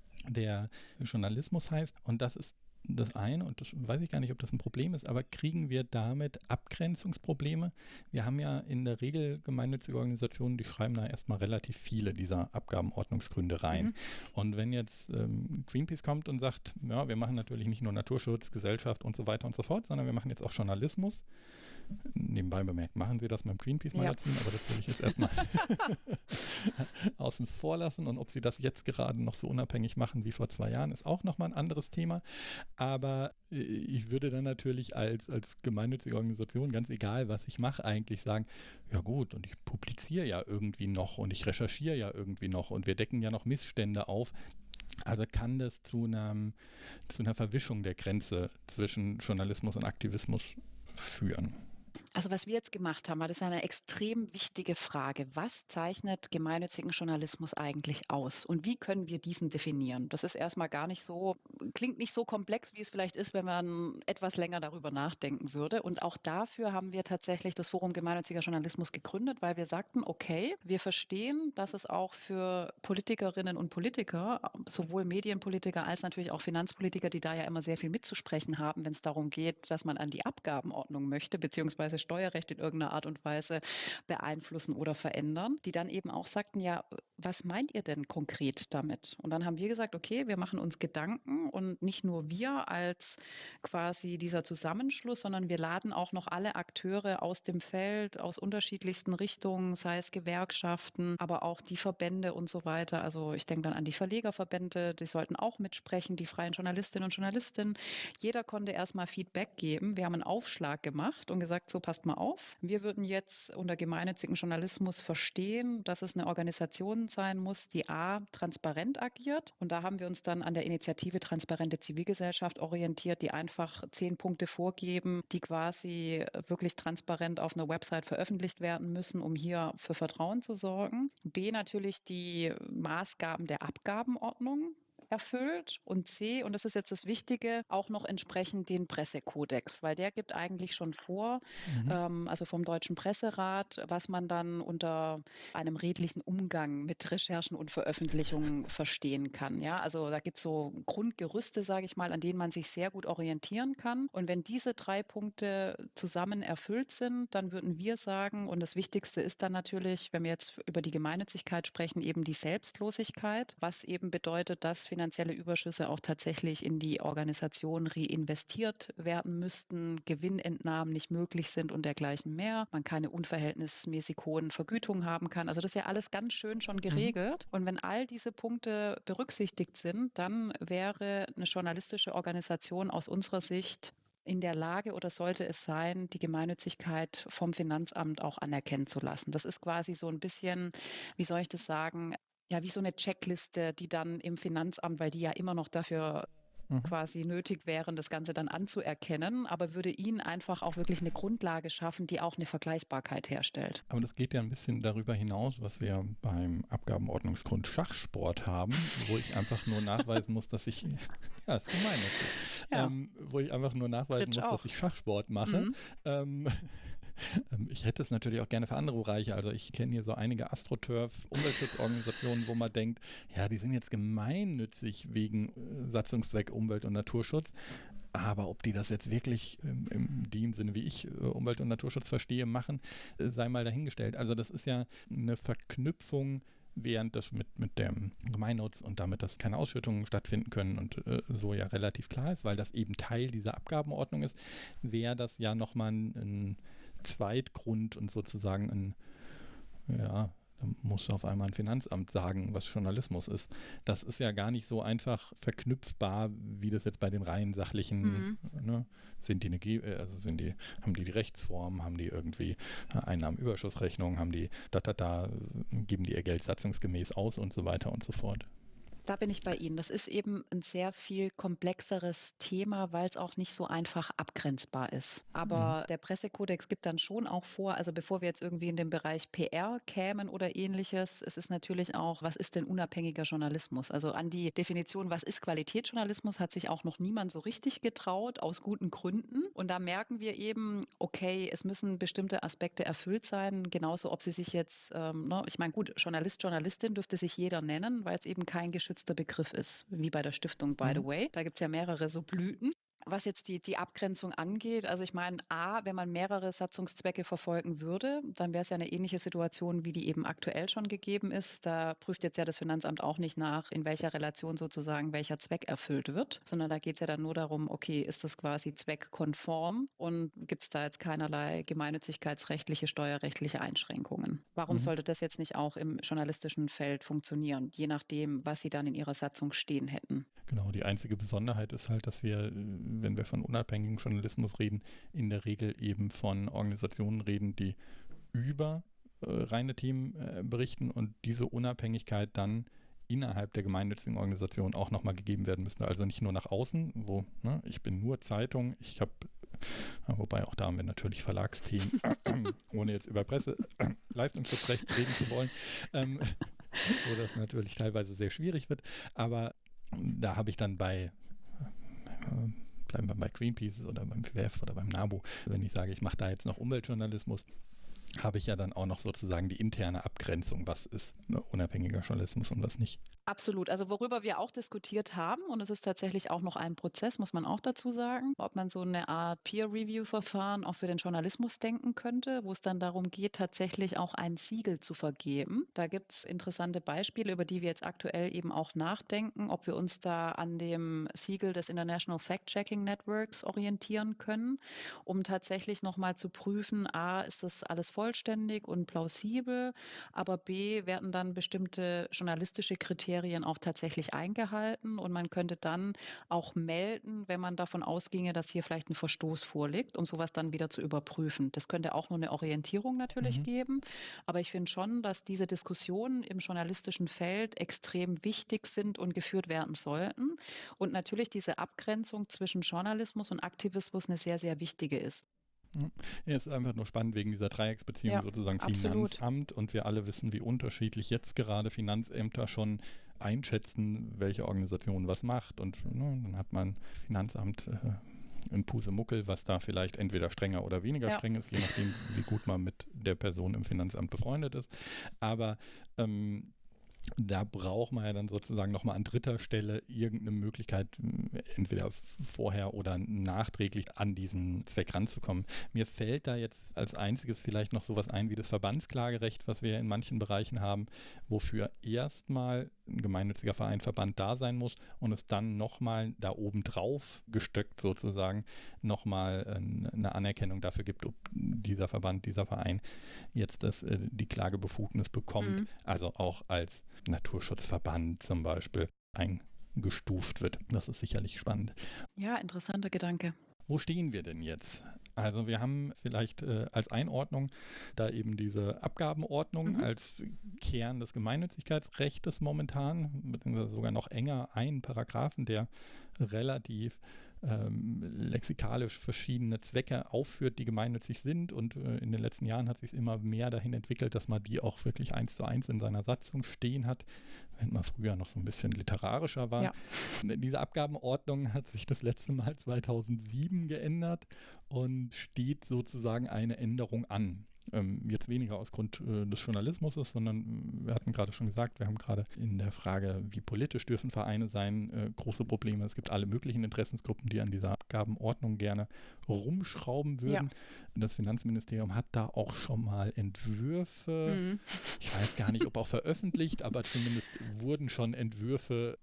der Journalismus heißt. Und das ist das eine, und das weiß ich gar nicht, ob das ein Problem ist, aber kriegen wir damit Abgrenzungsprobleme? Wir haben ja in der Regel gemeinnützige Organisationen, die schreiben da erstmal relativ viele dieser Abgabenordnungsgründe rein. Mhm. Und wenn jetzt ähm, Greenpeace kommt und sagt, ja, wir machen natürlich nicht nur Naturschutz, Gesellschaft und so weiter und so fort, sondern wir machen jetzt auch Journalismus. Nebenbei bemerkt, machen Sie das mit dem Greenpeace-Magazin, ja. Aber das will ich jetzt erstmal außen vor lassen. Und ob Sie das jetzt gerade noch so unabhängig machen wie vor zwei Jahren, ist auch nochmal ein anderes Thema. Aber ich würde dann natürlich als, als gemeinnützige Organisation, ganz egal, was ich mache, eigentlich sagen, ja gut, und ich publiziere ja irgendwie noch und ich recherchiere ja irgendwie noch und wir decken ja noch Missstände auf. Also kann das zu, einem, zu einer Verwischung der Grenze zwischen Journalismus und Aktivismus führen. Also was wir jetzt gemacht haben, war das eine extrem wichtige Frage. Was zeichnet gemeinnützigen Journalismus eigentlich aus? Und wie können wir diesen definieren? Das ist erstmal gar nicht so, klingt nicht so komplex, wie es vielleicht ist, wenn man etwas länger darüber nachdenken würde. Und auch dafür haben wir tatsächlich das Forum Gemeinnütziger Journalismus gegründet, weil wir sagten, okay, wir verstehen, dass es auch für Politikerinnen und Politiker, sowohl Medienpolitiker als natürlich auch Finanzpolitiker, die da ja immer sehr viel mitzusprechen haben, wenn es darum geht, dass man an die Abgabenordnung möchte, beziehungsweise Steuerrecht in irgendeiner Art und Weise beeinflussen oder verändern, die dann eben auch sagten, ja, was meint ihr denn konkret damit? Und dann haben wir gesagt, okay, wir machen uns Gedanken und nicht nur wir als quasi dieser Zusammenschluss, sondern wir laden auch noch alle Akteure aus dem Feld, aus unterschiedlichsten Richtungen, sei es Gewerkschaften, aber auch die Verbände und so weiter. Also ich denke dann an die Verlegerverbände, die sollten auch mitsprechen, die freien Journalistinnen und Journalisten. Jeder konnte erstmal Feedback geben. Wir haben einen Aufschlag gemacht und gesagt, so passt mal auf. Wir würden jetzt unter gemeinnützigen Journalismus verstehen, dass es eine Organisation sein muss, die a. transparent agiert. Und da haben wir uns dann an der Initiative Transparenz transparente Zivilgesellschaft orientiert, die einfach zehn Punkte vorgeben, die quasi wirklich transparent auf einer Website veröffentlicht werden müssen, um hier für Vertrauen zu sorgen. B, natürlich die Maßgaben der Abgabenordnung erfüllt und C, und das ist jetzt das Wichtige, auch noch entsprechend den Pressekodex, weil der gibt eigentlich schon vor, mhm. ähm, also vom Deutschen Presserat, was man dann unter einem redlichen Umgang mit Recherchen und Veröffentlichungen verstehen kann. Ja, also da gibt es so Grundgerüste, sage ich mal, an denen man sich sehr gut orientieren kann. Und wenn diese drei Punkte zusammen erfüllt sind, dann würden wir sagen, und das Wichtigste ist dann natürlich, wenn wir jetzt über die Gemeinnützigkeit sprechen, eben die Selbstlosigkeit, was eben bedeutet, dass finanzielle Überschüsse auch tatsächlich in die Organisation reinvestiert werden müssten, Gewinnentnahmen nicht möglich sind und dergleichen mehr, man keine unverhältnismäßig hohen Vergütungen haben kann. Also das ist ja alles ganz schön schon geregelt. Mhm. Und wenn all diese Punkte berücksichtigt sind, dann wäre eine journalistische Organisation aus unserer Sicht in der Lage oder sollte es sein, die Gemeinnützigkeit vom Finanzamt auch anerkennen zu lassen. Das ist quasi so ein bisschen, wie soll ich das sagen, ja, wie so eine Checkliste, die dann im Finanzamt, weil die ja immer noch dafür mhm. quasi nötig wären, das Ganze dann anzuerkennen, aber würde ihnen einfach auch wirklich eine Grundlage schaffen, die auch eine Vergleichbarkeit herstellt. Aber das geht ja ein bisschen darüber hinaus, was wir beim Abgabenordnungsgrund Schachsport haben, wo ich einfach nur nachweisen muss, dass ich, ja, ist gemein, ja. ähm, wo ich einfach nur nachweisen Rich muss, auch. dass ich Schachsport mache. Mhm. Ähm, Ich hätte es natürlich auch gerne für andere Bereiche. Also ich kenne hier so einige AstroTurf-Umweltschutzorganisationen, wo man denkt, ja, die sind jetzt gemeinnützig wegen Satzungszweck Umwelt- und Naturschutz. Aber ob die das jetzt wirklich im, im dem Sinne, wie ich Umwelt- und Naturschutz verstehe, machen, sei mal dahingestellt. Also das ist ja eine Verknüpfung, während das mit, mit dem Gemeinnutz und damit, dass keine Ausschüttungen stattfinden können und äh, so ja relativ klar ist, weil das eben Teil dieser Abgabenordnung ist, wäre das ja nochmal ein, ein Zweitgrund und sozusagen ein, ja, da muss auf einmal ein Finanzamt sagen, was Journalismus ist. Das ist ja gar nicht so einfach verknüpfbar, wie das jetzt bei den rein sachlichen, mhm. ne, sind die, eine, also sind die, haben die die Rechtsform, haben die irgendwie Einnahmenüberschussrechnung, haben die da, da, da, geben die ihr Geld satzungsgemäß aus und so weiter und so fort. Da bin ich bei Ihnen. Das ist eben ein sehr viel komplexeres Thema, weil es auch nicht so einfach abgrenzbar ist. Aber mhm. der Pressekodex gibt dann schon auch vor, also bevor wir jetzt irgendwie in den Bereich P R kämen oder ähnliches, es ist natürlich auch, was ist denn unabhängiger Journalismus? Also an die Definition, was ist Qualitätsjournalismus, hat sich auch noch niemand so richtig getraut, aus guten Gründen. Und da merken wir eben, okay, es müssen bestimmte Aspekte erfüllt sein, genauso ob sie sich jetzt, ähm, ne, ich meine, gut, Journalist, Journalistin dürfte sich jeder nennen, weil es eben kein geschützter Begriff ist, wie bei der Stiftung, by the way. Da gibt es ja mehrere so Blüten. Was jetzt die, die Abgrenzung angeht, also ich meine, A, wenn man mehrere Satzungszwecke verfolgen würde, dann wäre es ja eine ähnliche Situation, wie die eben aktuell schon gegeben ist. Da prüft jetzt ja das Finanzamt auch nicht nach, in welcher Relation sozusagen welcher Zweck erfüllt wird, sondern da geht es ja dann nur darum, okay, ist das quasi zweckkonform und gibt es da jetzt keinerlei gemeinnützigkeitsrechtliche, steuerrechtliche Einschränkungen. Warum mhm. sollte das jetzt nicht auch im journalistischen Feld funktionieren, je nachdem, was Sie dann in Ihrer Satzung stehen hätten? Genau, die einzige Besonderheit ist halt, dass wir, wenn wir von unabhängigem Journalismus reden, in der Regel eben von Organisationen reden, die über äh, reine Themen äh, berichten und diese Unabhängigkeit dann innerhalb der gemeinnützigen Organisation auch nochmal gegeben werden müsste. Also nicht nur nach außen, wo ne, ich bin nur Zeitung, ich habe, wobei auch da haben wir natürlich Verlagsthemen, ohne jetzt über Presse, äh, Leistungsschutzrecht reden zu wollen, ähm, wo das natürlich teilweise sehr schwierig wird, aber da habe ich dann bei, äh, bleiben wir bei Greenpeace oder beim W W F oder beim NABU, wenn ich sage, ich mache da jetzt noch Umweltjournalismus, habe ich ja dann auch noch sozusagen die interne Abgrenzung, was ist ne, unabhängiger Journalismus und was nicht. Absolut. Also worüber wir auch diskutiert haben, und es ist tatsächlich auch noch ein Prozess, muss man auch dazu sagen, ob man so eine Art Peer-Review-Verfahren auch für den Journalismus denken könnte, wo es dann darum geht, tatsächlich auch ein Siegel zu vergeben. Da gibt es interessante Beispiele, über die wir jetzt aktuell eben auch nachdenken, ob wir uns da an dem Siegel des International Fact-Checking Networks orientieren können, um tatsächlich nochmal zu prüfen, a, ist das alles voll vollständig und plausibel, aber B, werden dann bestimmte journalistische Kriterien auch tatsächlich eingehalten und man könnte dann auch melden, wenn man davon ausginge, dass hier vielleicht ein Verstoß vorliegt, um sowas dann wieder zu überprüfen. Das könnte auch nur eine Orientierung natürlich Mhm. geben, aber ich finde schon, dass diese Diskussionen im journalistischen Feld extrem wichtig sind und geführt werden sollten und natürlich diese Abgrenzung zwischen Journalismus und Aktivismus eine sehr, sehr wichtige ist. Ja, es ist einfach nur spannend wegen dieser Dreiecksbeziehung Ja, sozusagen absolut. Finanzamt und wir alle wissen, wie unterschiedlich jetzt gerade Finanzämter schon einschätzen, welche Organisation was macht und ne, dann hat man Finanzamt äh, in Pusemuckel, was da vielleicht entweder strenger oder weniger Ja. streng ist, je nachdem, wie gut man mit der Person im Finanzamt befreundet ist. Aber ähm, da braucht man ja dann sozusagen nochmal an dritter Stelle irgendeine Möglichkeit, entweder vorher oder nachträglich an diesen Zweck ranzukommen. Mir fällt da jetzt als einziges vielleicht noch sowas ein wie das Verbandsklagerecht, was wir in manchen Bereichen haben, wofür erstmal ein gemeinnütziger Verein, Verband da sein muss und es dann nochmal da oben drauf gestöckt sozusagen nochmal eine Anerkennung dafür gibt, ob dieser Verband, dieser Verein jetzt das, die Klagebefugnis bekommt, mhm. also auch als Naturschutzverband zum Beispiel eingestuft wird. Das ist sicherlich spannend. Ja, interessanter Gedanke. Wo stehen wir denn jetzt? Also wir haben vielleicht äh, als Einordnung da eben diese Abgabenordnung mhm. als Kern des Gemeinnützigkeitsrechts momentan, beziehungsweise sogar noch enger einen Paragraphen, der relativ ähm, lexikalisch verschiedene Zwecke aufführt, die gemeinnützig sind und äh, in den letzten Jahren hat sich immer mehr dahin entwickelt, dass man die auch wirklich eins zu eins in seiner Satzung stehen hat, wenn man früher noch so ein bisschen literarischer war. Ja. Diese Abgabenordnung hat sich das letzte Mal zweitausendsieben geändert und steht sozusagen eine Änderung an. Ähm, jetzt weniger aus Grund äh, des Journalismus, sondern wir hatten gerade schon gesagt, wir haben gerade in der Frage, wie politisch dürfen Vereine sein, äh, große Probleme. Es gibt alle möglichen Interessensgruppen, die an dieser Abgabenordnung gerne rumschrauben würden. Ja. Das Finanzministerium hat da auch schon mal Entwürfe, mhm. ich weiß gar nicht, ob auch veröffentlicht, aber zumindest wurden schon Entwürfe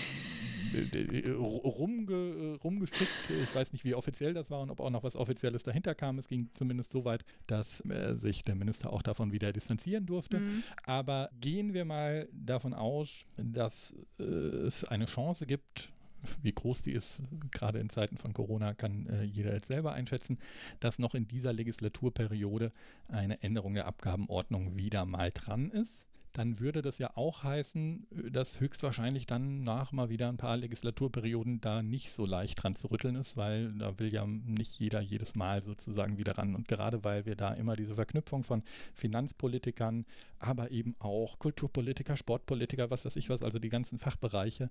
rumge, rumgestrickt. Ich weiß nicht, wie offiziell das war und ob auch noch was Offizielles dahinter kam. Es ging zumindest so weit, dass äh, sich der Minister auch davon wieder distanzieren durfte. Mhm. Aber gehen wir mal davon aus, dass äh, es eine Chance gibt, wie groß die ist, gerade in Zeiten von Corona, kann äh, jeder jetzt selber einschätzen, dass noch in dieser Legislaturperiode eine Änderung der Abgabenordnung wieder mal dran ist. Dann würde das ja auch heißen, dass höchstwahrscheinlich dann nach mal wieder ein paar Legislaturperioden da nicht so leicht dran zu rütteln ist, weil da will ja nicht jeder jedes Mal sozusagen wieder ran. Und gerade weil wir da immer diese Verknüpfung von Finanzpolitikern, aber eben auch Kulturpolitiker, Sportpolitiker, was weiß ich was, also die ganzen Fachbereiche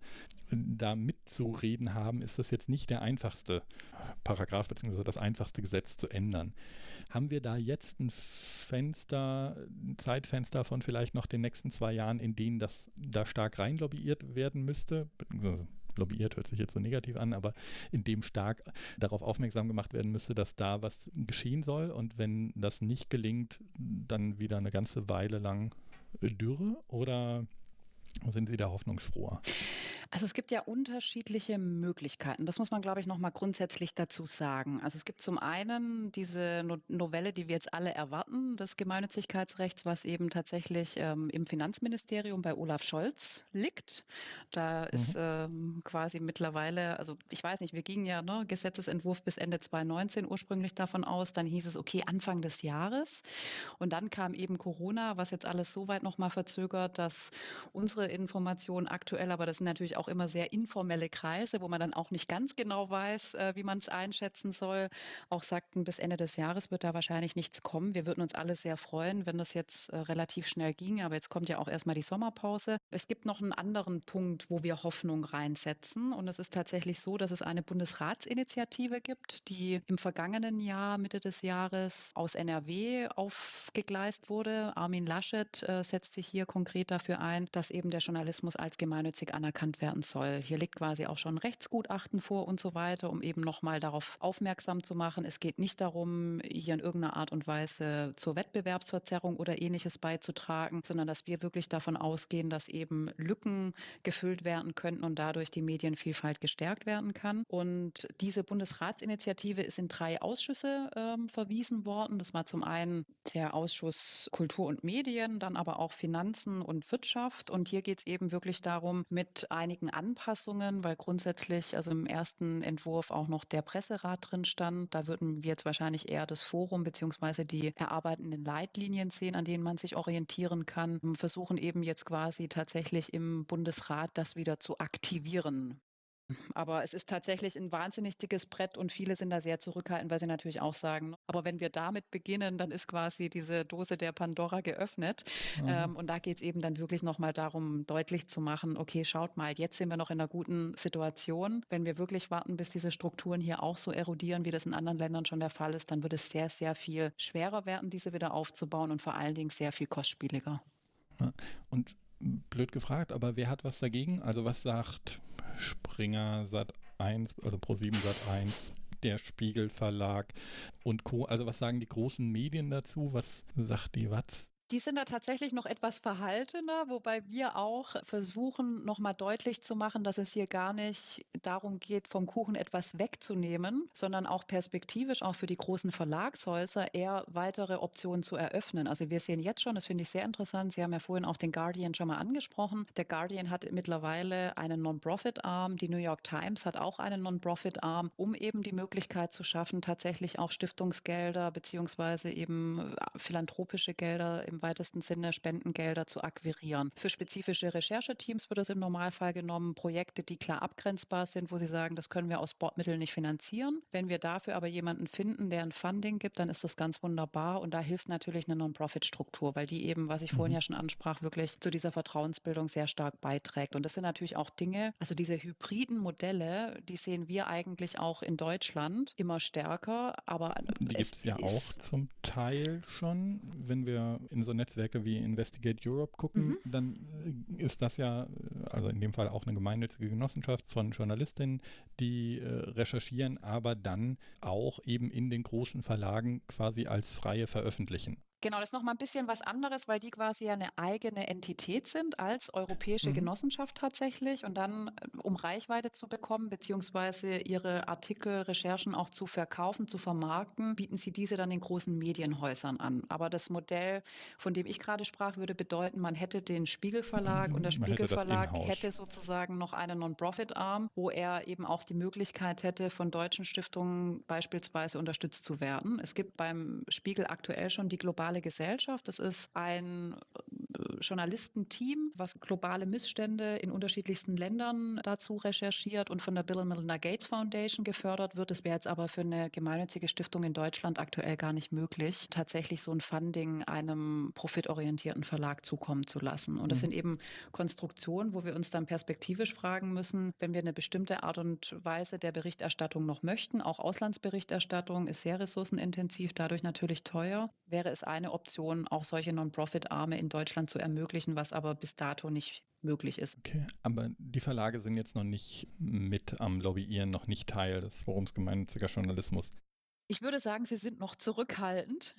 da mitzureden haben, ist das jetzt nicht der einfachste Paragraph bzw. das einfachste Gesetz zu ändern. Haben wir da jetzt ein Fenster, ein Zeitfenster von vielleicht noch den nächsten zwei Jahren, in denen das da stark rein lobbyiert werden müsste? Lobbyiert hört sich jetzt so negativ an, aber in dem stark darauf aufmerksam gemacht werden müsste, dass da was geschehen soll und wenn das nicht gelingt, dann wieder eine ganze Weile lang Dürre oder sind Sie da hoffnungsfroher? Also es gibt ja unterschiedliche Möglichkeiten. Das muss man, glaube ich, noch mal grundsätzlich dazu sagen. Also es gibt zum einen diese no- Novelle, die wir jetzt alle erwarten, des Gemeinnützigkeitsrechts, was eben tatsächlich ähm, im Finanzministerium bei Olaf Scholz liegt. Da mhm. ist ähm, quasi mittlerweile, also ich weiß nicht, wir gingen ja ne, Gesetzesentwurf bis Ende zwanzig neunzehn ursprünglich davon aus. Dann hieß es, okay, Anfang des Jahres. Und dann kam eben Corona, was jetzt alles so weit noch mal verzögert, dass unsere Informationen aktuell, aber das sind natürlich auch immer sehr informelle Kreise, wo man dann auch nicht ganz genau weiß, äh, wie man es einschätzen soll. Auch sagten, bis Ende des Jahres wird da wahrscheinlich nichts kommen. Wir würden uns alle sehr freuen, wenn das jetzt äh, relativ schnell ginge, aber jetzt kommt ja auch erstmal die Sommerpause. Es gibt noch einen anderen Punkt, wo wir Hoffnung reinsetzen und es ist tatsächlich so, dass es eine Bundesratsinitiative gibt, die im vergangenen Jahr, Mitte des Jahres, aus N R W aufgegleist wurde. Armin Laschet äh, setzt sich hier konkret dafür ein, dass eben der Journalismus als gemeinnützig anerkannt werden soll. Hier liegt quasi auch schon ein Rechtsgutachten vor und so weiter, um eben nochmal darauf aufmerksam zu machen. Es geht nicht darum, hier in irgendeiner Art und Weise zur Wettbewerbsverzerrung oder Ähnliches beizutragen, sondern dass wir wirklich davon ausgehen, dass eben Lücken gefüllt werden könnten und dadurch die Medienvielfalt gestärkt werden kann. Und diese Bundesratsinitiative ist in drei Ausschüsse ähm, verwiesen worden. Das war zum einen der Ausschuss Kultur und Medien, dann aber auch Finanzen und Wirtschaft. Und hier geht es eben wirklich darum, mit einigen Anpassungen, weil grundsätzlich also im ersten Entwurf auch noch der Presserat drin stand. Da würden wir jetzt wahrscheinlich eher das Forum bzw. die erarbeitenden Leitlinien sehen, an denen man sich orientieren kann. Wir versuchen eben jetzt quasi tatsächlich im Bundesrat das wieder zu aktivieren. Aber es ist tatsächlich ein wahnsinnig dickes Brett und viele sind da sehr zurückhaltend, weil sie natürlich auch sagen, aber wenn wir damit beginnen, dann ist quasi diese Dose der Pandora geöffnet. Mhm. Ähm, und da geht es eben dann wirklich nochmal darum, deutlich zu machen, okay, schaut mal, jetzt sind wir noch in einer guten Situation. Wenn wir wirklich warten, bis diese Strukturen hier auch so erodieren, wie das in anderen Ländern schon der Fall ist, dann wird es sehr, sehr viel schwerer werden, diese wieder aufzubauen und vor allen Dingen sehr viel kostspieliger. Ja, und blöd gefragt, aber wer hat was dagegen? Also was sagt Springer, Sat eins, also ProSieben Sat eins, der Spiegel Verlag und Co. Also was sagen die großen Medien dazu? Was sagt die Watz? Die sind da tatsächlich noch etwas verhaltener, wobei wir auch versuchen, nochmal deutlich zu machen, dass es hier gar nicht darum geht, vom Kuchen etwas wegzunehmen, sondern auch perspektivisch auch für die großen Verlagshäuser eher weitere Optionen zu eröffnen. Also wir sehen jetzt schon, das finde ich sehr interessant, Sie haben ja vorhin auch den Guardian schon mal angesprochen. Der Guardian hat mittlerweile einen Non-Profit-Arm, die New York Times hat auch einen Non-Profit-Arm, um eben die Möglichkeit zu schaffen, tatsächlich auch Stiftungsgelder beziehungsweise eben philanthropische Gelder im weitesten Sinne Spendengelder zu akquirieren. Für spezifische Rechercheteams wird es im Normalfall genommen, Projekte, die klar abgrenzbar sind, wo sie sagen, das können wir aus Bordmitteln nicht finanzieren. Wenn wir dafür aber jemanden finden, der ein Funding gibt, dann ist das ganz wunderbar und da hilft natürlich eine Non-Profit-Struktur, weil die eben, was ich mhm. vorhin ja schon ansprach, wirklich zu dieser Vertrauensbildung sehr stark beiträgt. Und das sind natürlich auch Dinge, also diese hybriden Modelle, die sehen wir eigentlich auch in Deutschland immer stärker, aber die gibt es ja auch zum Teil schon, wenn wir in so Netzwerke wie Investigate Europe gucken, mhm. dann ist das ja, also in dem Fall auch eine gemeinnützige Genossenschaft von Journalistinnen, die äh, recherchieren, aber dann auch eben in den großen Verlagen quasi als freie veröffentlichen. Genau, das ist nochmal ein bisschen was anderes, weil die quasi ja eine eigene Entität sind als europäische mhm. Genossenschaft tatsächlich und dann, um Reichweite zu bekommen, beziehungsweise ihre Artikel, Recherchen auch zu verkaufen, zu vermarkten, bieten sie diese dann den großen Medienhäusern an. Aber das Modell, von dem ich gerade sprach, würde bedeuten, man hätte den Spiegelverlag mhm. und der Spiegelverlag hätte, hätte sozusagen noch einen Non-Profit-Arm, wo er eben auch die Möglichkeit hätte, von deutschen Stiftungen beispielsweise unterstützt zu werden. Es gibt beim Spiegel aktuell schon die globale Gesellschaft. Das ist ein Journalistenteam, was globale Missstände in unterschiedlichsten Ländern dazu recherchiert und von der Bill and Melinda Gates Foundation gefördert wird. Das wäre jetzt aber für eine gemeinnützige Stiftung in Deutschland aktuell gar nicht möglich, tatsächlich so ein Funding einem profitorientierten Verlag zukommen zu lassen. Und das mhm. sind eben Konstruktionen, wo wir uns dann perspektivisch fragen müssen, wenn wir eine bestimmte Art und Weise der Berichterstattung noch möchten, auch Auslandsberichterstattung ist sehr ressourcenintensiv, dadurch natürlich teuer, wäre es eine Option, auch solche Non-Profit-Arme in Deutschland zu ermöglichen, was aber bis dato nicht möglich ist. Okay, aber die Verlage sind jetzt noch nicht mit am Lobbyieren, noch nicht Teil des Forums Gemeinnütziger Journalismus. Ich würde sagen, sie sind noch zurückhaltend.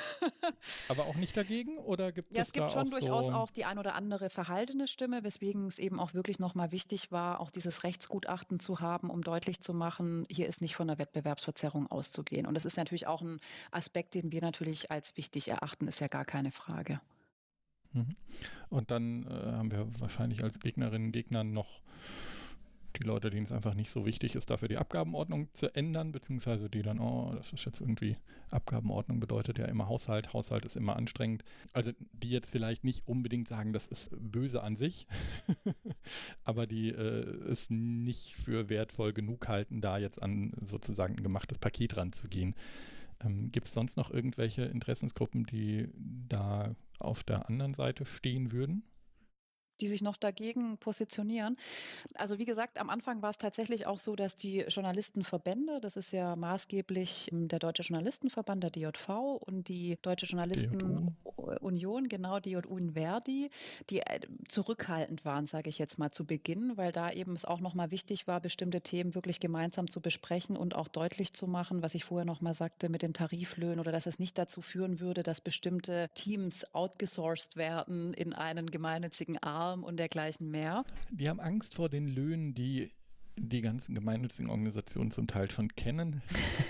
Aber auch nicht dagegen? Oder gibt ja, es, es gibt da schon auch durchaus so auch die ein oder andere verhaltene Stimme, weswegen es eben auch wirklich nochmal wichtig war, auch dieses Rechtsgutachten zu haben, um deutlich zu machen, hier ist nicht von der Wettbewerbsverzerrung auszugehen. Und das ist natürlich auch ein Aspekt, den wir natürlich als wichtig erachten, ist ja gar keine Frage. Und dann äh, haben wir wahrscheinlich als Gegnerinnen und Gegner noch die Leute, denen es einfach nicht so wichtig ist, dafür die Abgabenordnung zu ändern, beziehungsweise die dann, oh, das ist jetzt irgendwie, Abgabenordnung bedeutet ja immer Haushalt, Haushalt ist immer anstrengend. Also die jetzt vielleicht nicht unbedingt sagen, das ist böse an sich, aber die äh, es nicht für wertvoll genug halten, da jetzt an sozusagen ein gemachtes Paket ranzugehen. Ähm, gibt es sonst noch irgendwelche Interessensgruppen, die da auf der anderen Seite stehen würden? die sich noch dagegen positionieren. Also wie gesagt, am Anfang war es tatsächlich auch so, dass die Journalistenverbände, das ist ja maßgeblich ähm, der Deutsche Journalistenverband, der D J V und die Deutsche D J U. Journalistenunion, genau, D J U in Verdi, die äh, zurückhaltend waren, sage ich jetzt mal zu Beginn, weil da eben es auch nochmal wichtig war, bestimmte Themen wirklich gemeinsam zu besprechen und auch deutlich zu machen, was ich vorher nochmal sagte mit den Tariflöhnen oder dass es nicht dazu führen würde, dass bestimmte Teams outgesourced werden in einen gemeinnützigen Arm und dergleichen mehr. Die haben Angst vor den Löhnen, die die ganzen gemeinnützigen Organisationen zum Teil schon kennen.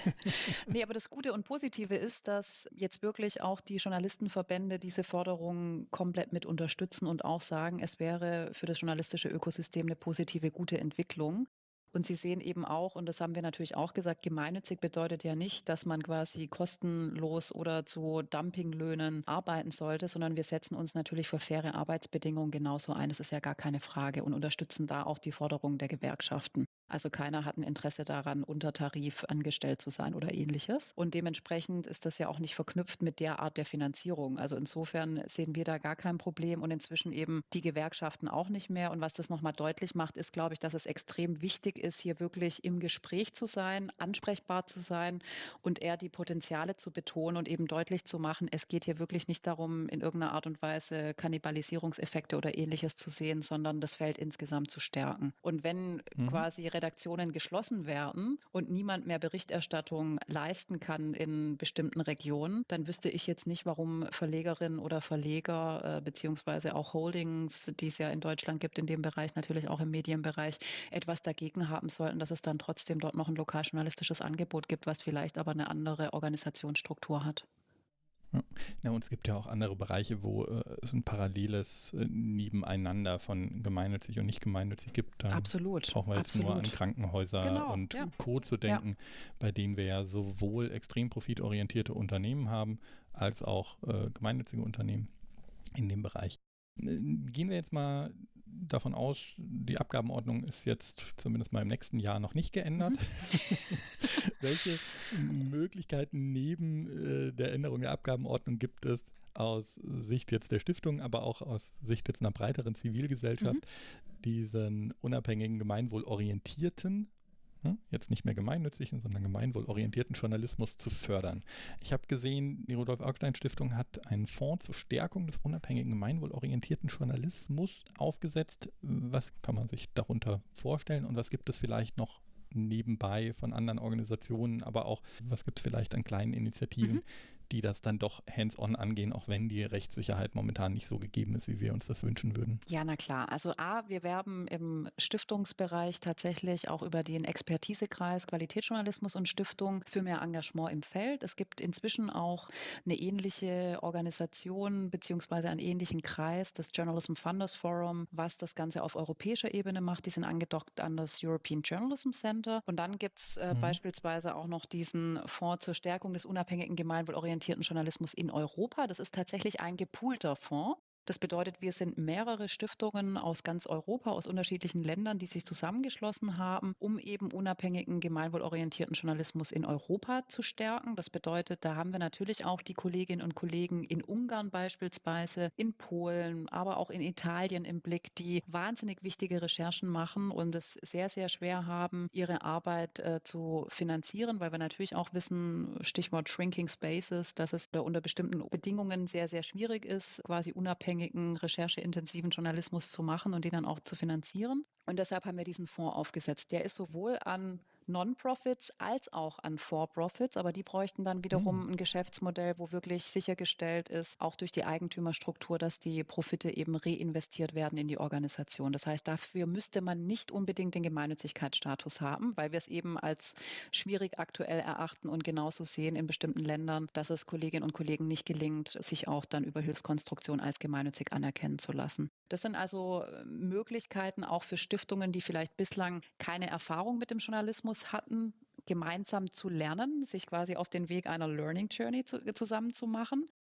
Nee, aber das Gute und Positive ist, dass jetzt wirklich auch die Journalistenverbände diese Forderungen komplett mit unterstützen und auch sagen, es wäre für das journalistische Ökosystem eine positive, gute Entwicklung. Und sie sehen eben auch, und das haben wir natürlich auch gesagt, gemeinnützig bedeutet ja nicht, dass man quasi kostenlos oder zu Dumpinglöhnen arbeiten sollte, sondern wir setzen uns natürlich für faire Arbeitsbedingungen genauso ein. Das ist ja gar keine Frage und unterstützen da auch die Forderungen der Gewerkschaften. Also keiner hat ein Interesse daran, unter Tarif angestellt zu sein oder ähnliches. Und dementsprechend ist das ja auch nicht verknüpft mit der Art der Finanzierung. Also insofern sehen wir da gar kein Problem und inzwischen eben die Gewerkschaften auch nicht mehr. Und was das nochmal deutlich macht, ist, glaube ich, dass es extrem wichtig ist, hier wirklich im Gespräch zu sein, ansprechbar zu sein und eher die Potenziale zu betonen und eben deutlich zu machen, es geht hier wirklich nicht darum, in irgendeiner Art und Weise Kannibalisierungseffekte oder ähnliches zu sehen, sondern das Feld insgesamt zu stärken. Und wenn Mhm. quasi Redaktionen geschlossen werden und niemand mehr Berichterstattung leisten kann in bestimmten Regionen, dann wüsste ich jetzt nicht, warum Verlegerinnen oder Verleger äh, beziehungsweise auch Holdings, die es ja in Deutschland gibt, in dem Bereich, natürlich auch im Medienbereich, etwas dagegen haben sollten, dass es dann trotzdem dort noch ein lokaljournalistisches Angebot gibt, was vielleicht aber eine andere Organisationsstruktur hat. Ja. Ja, und es gibt ja auch andere Bereiche, wo äh, es ein paralleles äh, Nebeneinander von gemeinnützig und nicht gemeinnützig gibt. Da Absolut. brauchen wir jetzt absolut. nur an Krankenhäuser Genau, und ja. Co. zu denken, ja. bei denen wir ja sowohl extrem profitorientierte Unternehmen haben, als auch äh, gemeinnützige Unternehmen in dem Bereich. Gehen wir jetzt mal davon aus, die Abgabenordnung ist jetzt zumindest mal im nächsten Jahr noch nicht geändert. Mhm. Welche Möglichkeiten neben äh, der Änderung der Abgabenordnung gibt es aus Sicht jetzt der Stiftung, aber auch aus Sicht jetzt einer breiteren Zivilgesellschaft, mhm. diesen unabhängigen, gemeinwohlorientierten, jetzt nicht mehr gemeinnützigen, sondern gemeinwohlorientierten Journalismus zu fördern. Ich habe gesehen, die Rudolf-Augstein-Stiftung hat einen Fonds zur Stärkung des unabhängigen, gemeinwohlorientierten Journalismus aufgesetzt. Was kann man sich darunter vorstellen und was gibt es vielleicht noch nebenbei von anderen Organisationen, aber auch, was gibt es vielleicht an kleinen Initiativen, mhm. die das dann doch hands-on angehen, auch wenn die Rechtssicherheit momentan nicht so gegeben ist, wie wir uns das wünschen würden? Ja, na klar. Also A, wir werben im Stiftungsbereich tatsächlich auch über den Expertisekreis Qualitätsjournalismus und Stiftung für mehr Engagement im Feld. Es gibt inzwischen auch eine ähnliche Organisation beziehungsweise einen ähnlichen Kreis, das Journalism Funders Forum, was das Ganze auf europäischer Ebene macht. Die sind angedockt an das European Journalism Center. Und dann gibt es äh, mhm. beispielsweise auch noch diesen Fonds zur Stärkung des unabhängigen, gemeinwohlorientierten Journalismus in Europa. Das ist tatsächlich ein gepoolter Fonds. Das bedeutet, wir sind mehrere Stiftungen aus ganz Europa, aus unterschiedlichen Ländern, die sich zusammengeschlossen haben, um eben unabhängigen, gemeinwohlorientierten Journalismus in Europa zu stärken. Das bedeutet, da haben wir natürlich auch die Kolleginnen und Kollegen in Ungarn beispielsweise, in Polen, aber auch in Italien im Blick, die wahnsinnig wichtige Recherchen machen und es sehr, sehr schwer haben, ihre Arbeit äh, zu finanzieren, weil wir natürlich auch wissen, Stichwort Shrinking Spaces, dass es unter bestimmten Bedingungen sehr, sehr schwierig ist, quasi unabhängig rechercheintensiven Journalismus zu machen und den dann auch zu finanzieren. Und deshalb haben wir diesen Fonds aufgesetzt. Der ist sowohl an Non-Profits als auch an For-Profits, aber die bräuchten dann wiederum ein Geschäftsmodell, wo wirklich sichergestellt ist, auch durch die Eigentümerstruktur, dass die Profite eben reinvestiert werden in die Organisation. Das heißt, dafür müsste man nicht unbedingt den Gemeinnützigkeitsstatus haben, weil wir es eben als schwierig aktuell erachten und genauso sehen in bestimmten Ländern, dass es Kolleginnen und Kollegen nicht gelingt, sich auch dann über Hilfskonstruktion als gemeinnützig anerkennen zu lassen. Das sind also Möglichkeiten auch für Stiftungen, die vielleicht bislang keine Erfahrung mit dem Journalismus hatten, gemeinsam zu lernen, sich quasi auf den Weg einer Learning Journey zu, zusammen zu machen.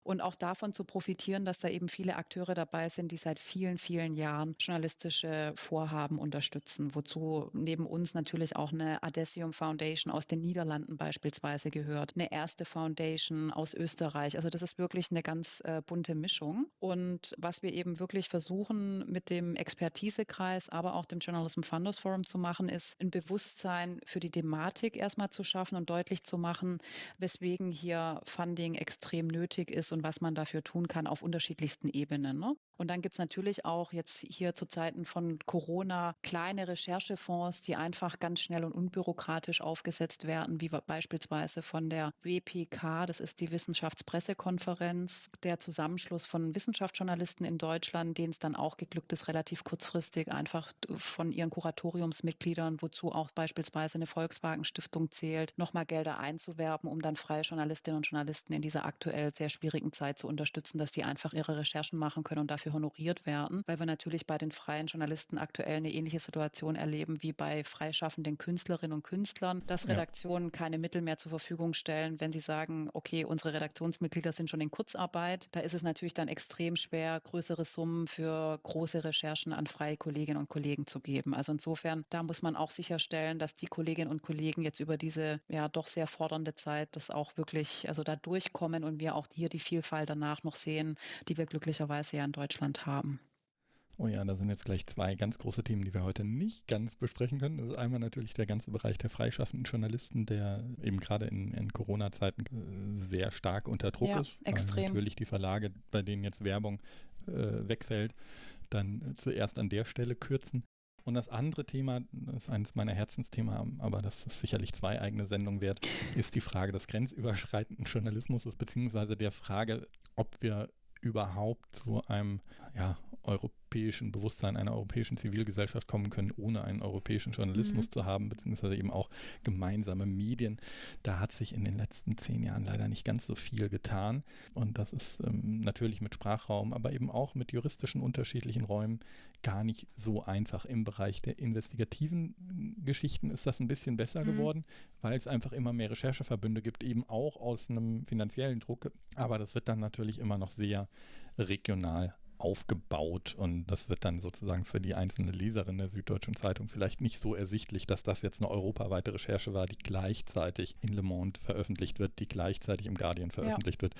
und auch davon zu profitieren, dass da eben viele Akteure dabei sind, die seit vielen, vielen Jahren journalistische Vorhaben unterstützen, wozu neben uns natürlich auch eine Adessium Foundation aus den Niederlanden beispielsweise gehört, eine Erste Foundation aus Österreich. Also das ist wirklich eine ganz äh, bunte Mischung. Und was wir eben wirklich versuchen mit dem Expertisekreis, aber auch dem Journalism Funders Forum zu machen, ist ein Bewusstsein für die Thematik erstmal zu schaffen und deutlich zu machen, weswegen hier Funding extrem nötig ist und was man dafür tun kann auf unterschiedlichsten Ebenen. Ne? Und dann gibt es natürlich auch jetzt hier zu Zeiten von Corona kleine Recherchefonds, die einfach ganz schnell und unbürokratisch aufgesetzt werden, wie beispielsweise von der W P K, das ist die Wissenschaftspressekonferenz, der Zusammenschluss von Wissenschaftsjournalisten in Deutschland, denen es dann auch geglückt ist, relativ kurzfristig einfach von ihren Kuratoriumsmitgliedern, wozu auch beispielsweise eine Volkswagen-Stiftung zählt, nochmal Gelder einzuwerben, um dann freie Journalistinnen und Journalisten in dieser aktuell sehr schwierigen Zeit zu unterstützen, dass die einfach ihre Recherchen machen können und dafür honoriert werden, weil wir natürlich bei den freien Journalisten aktuell eine ähnliche Situation erleben wie bei freischaffenden Künstlerinnen und Künstlern, dass Redaktionen ja. keine Mittel mehr zur Verfügung stellen, wenn sie sagen, okay, unsere Redaktionsmitglieder sind schon in Kurzarbeit. Da ist es natürlich dann extrem schwer, größere Summen für große Recherchen an freie Kolleginnen und Kollegen zu geben. Also insofern, da muss man auch sicherstellen, dass die Kolleginnen und Kollegen jetzt über diese ja doch sehr fordernde Zeit das auch wirklich, also da durchkommen und wir auch hier die Vielfalt danach noch sehen, die wir glücklicherweise ja in Deutschland haben. Oh ja, da sind jetzt gleich zwei ganz große Themen, die wir heute nicht ganz besprechen können. Das ist einmal natürlich der ganze Bereich der freischaffenden Journalisten, der eben gerade in, in Corona-Zeiten sehr stark unter Druck ja, ist. Extrem. Weil natürlich die Verlage, bei denen jetzt Werbung äh, wegfällt, dann zuerst an der Stelle kürzen. Und das andere Thema, das ist eines meiner Herzensthemen, aber das ist sicherlich zwei eigene Sendungen wert, ist die Frage des grenzüberschreitenden Journalismus, beziehungsweise der Frage, ob wir überhaupt zu einem ja, europäischen Bewusstsein, einer europäischen Zivilgesellschaft kommen können, ohne einen europäischen Journalismus mhm. zu haben, beziehungsweise eben auch gemeinsame Medien. Da hat sich in den letzten zehn Jahren leider nicht ganz so viel getan. Und das ist ähm, natürlich mit Sprachraum, aber eben auch mit juristischen unterschiedlichen Räumen gar nicht so einfach. Im Bereich der investigativen Geschichten ist das ein bisschen besser mhm. geworden, weil es einfach immer mehr Rechercheverbünde gibt, eben auch aus einem finanziellen Druck. Aber das wird dann natürlich immer noch sehr regional aufgebaut und das wird dann sozusagen für die einzelne Leserin der Süddeutschen Zeitung vielleicht nicht so ersichtlich, dass das jetzt eine europaweite Recherche war, die gleichzeitig in Le Monde veröffentlicht wird, die gleichzeitig im Guardian veröffentlicht ja. wird.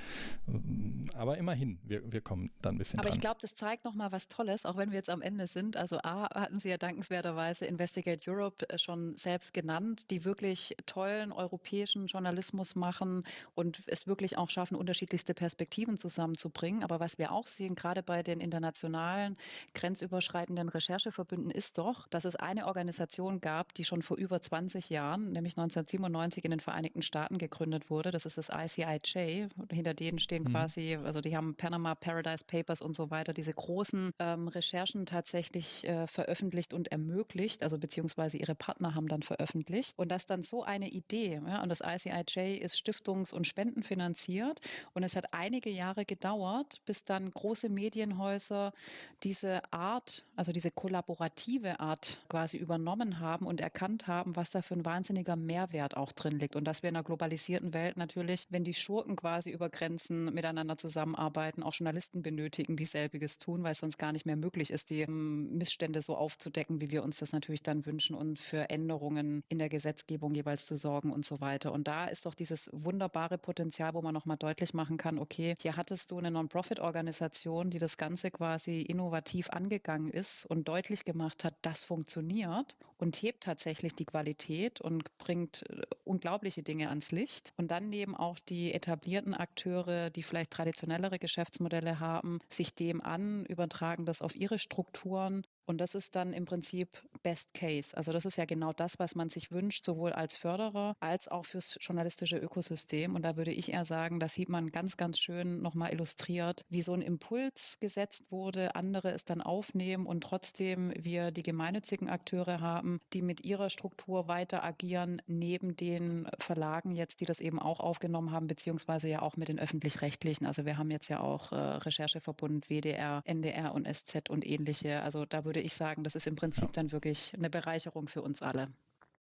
Aber immerhin, wir, wir kommen dann ein bisschen Aber dran. ich glaube, das zeigt nochmal was Tolles, auch wenn wir jetzt am Ende sind. Also A, hatten Sie ja dankenswerterweise Investigate Europe schon selbst genannt, die wirklich tollen europäischen Journalismus machen und es wirklich auch schaffen, unterschiedlichste Perspektiven zusammenzubringen. Aber was wir auch sehen, gerade bei den internationalen grenzüberschreitenden Rechercheverbünden, ist doch, dass es eine Organisation gab, die schon vor über zwanzig Jahren, nämlich neunzehnhundertsiebenundneunzig in den Vereinigten Staaten gegründet wurde. Das ist das I C I J. Hinter denen stehen mhm. quasi, also die haben Panama Paradise Papers und so weiter, diese großen ähm, Recherchen tatsächlich äh, veröffentlicht und ermöglicht, also beziehungsweise ihre Partner haben dann veröffentlicht. Und das dann so eine Idee, ja, und das I C I J ist stiftungs- und spendenfinanziert und es hat einige Jahre gedauert, bis dann große Medienhäuser diese Art, also diese kollaborative Art quasi übernommen haben und erkannt haben, was da für ein wahnsinniger Mehrwert auch drin liegt. Und dass wir in einer globalisierten Welt natürlich, wenn die Schurken quasi über Grenzen miteinander zusammenarbeiten, auch Journalisten benötigen, die selbiges tun, weil es sonst gar nicht mehr möglich ist, die Missstände so aufzudecken, wie wir uns das natürlich dann wünschen und für Änderungen in der Gesetzgebung jeweils zu sorgen und so weiter. Und da ist doch dieses wunderbare Potenzial, wo man nochmal deutlich machen kann, okay, hier hattest du eine Non-Profit-Organisation, die das Ganze quasi innovativ angegangen ist und deutlich gemacht hat, das funktioniert und hebt tatsächlich die Qualität und bringt unglaubliche Dinge ans Licht. Und dann nehmen auch die etablierten Akteure, die vielleicht traditionellere Geschäftsmodelle haben, sich dem an, übertragen das auf ihre Strukturen. Und das ist dann im Prinzip Best Case. Also das ist ja genau das, was man sich wünscht, sowohl als Förderer als auch fürs journalistische Ökosystem. Und da würde ich eher sagen, da sieht man ganz, ganz schön nochmal illustriert, wie so ein Impuls gesetzt wurde, andere es dann aufnehmen und trotzdem wir die gemeinnützigen Akteure haben, die mit ihrer Struktur weiter agieren, neben den Verlagen jetzt, die das eben auch aufgenommen haben, beziehungsweise ja auch mit den Öffentlich-Rechtlichen. Also wir haben jetzt ja auch äh, Rechercheverbund, W D R, N D R und S Z und ähnliche. Also da würde würde ich sagen, das ist im Prinzip ja. dann wirklich eine Bereicherung für uns alle.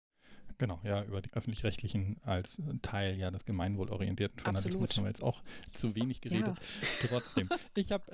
Genau, ja, über die Öffentlich-Rechtlichen als Teil ja des gemeinwohlorientierten Journalismus Absolut. haben wir jetzt auch zu wenig geredet. Ja. Trotzdem, ich habe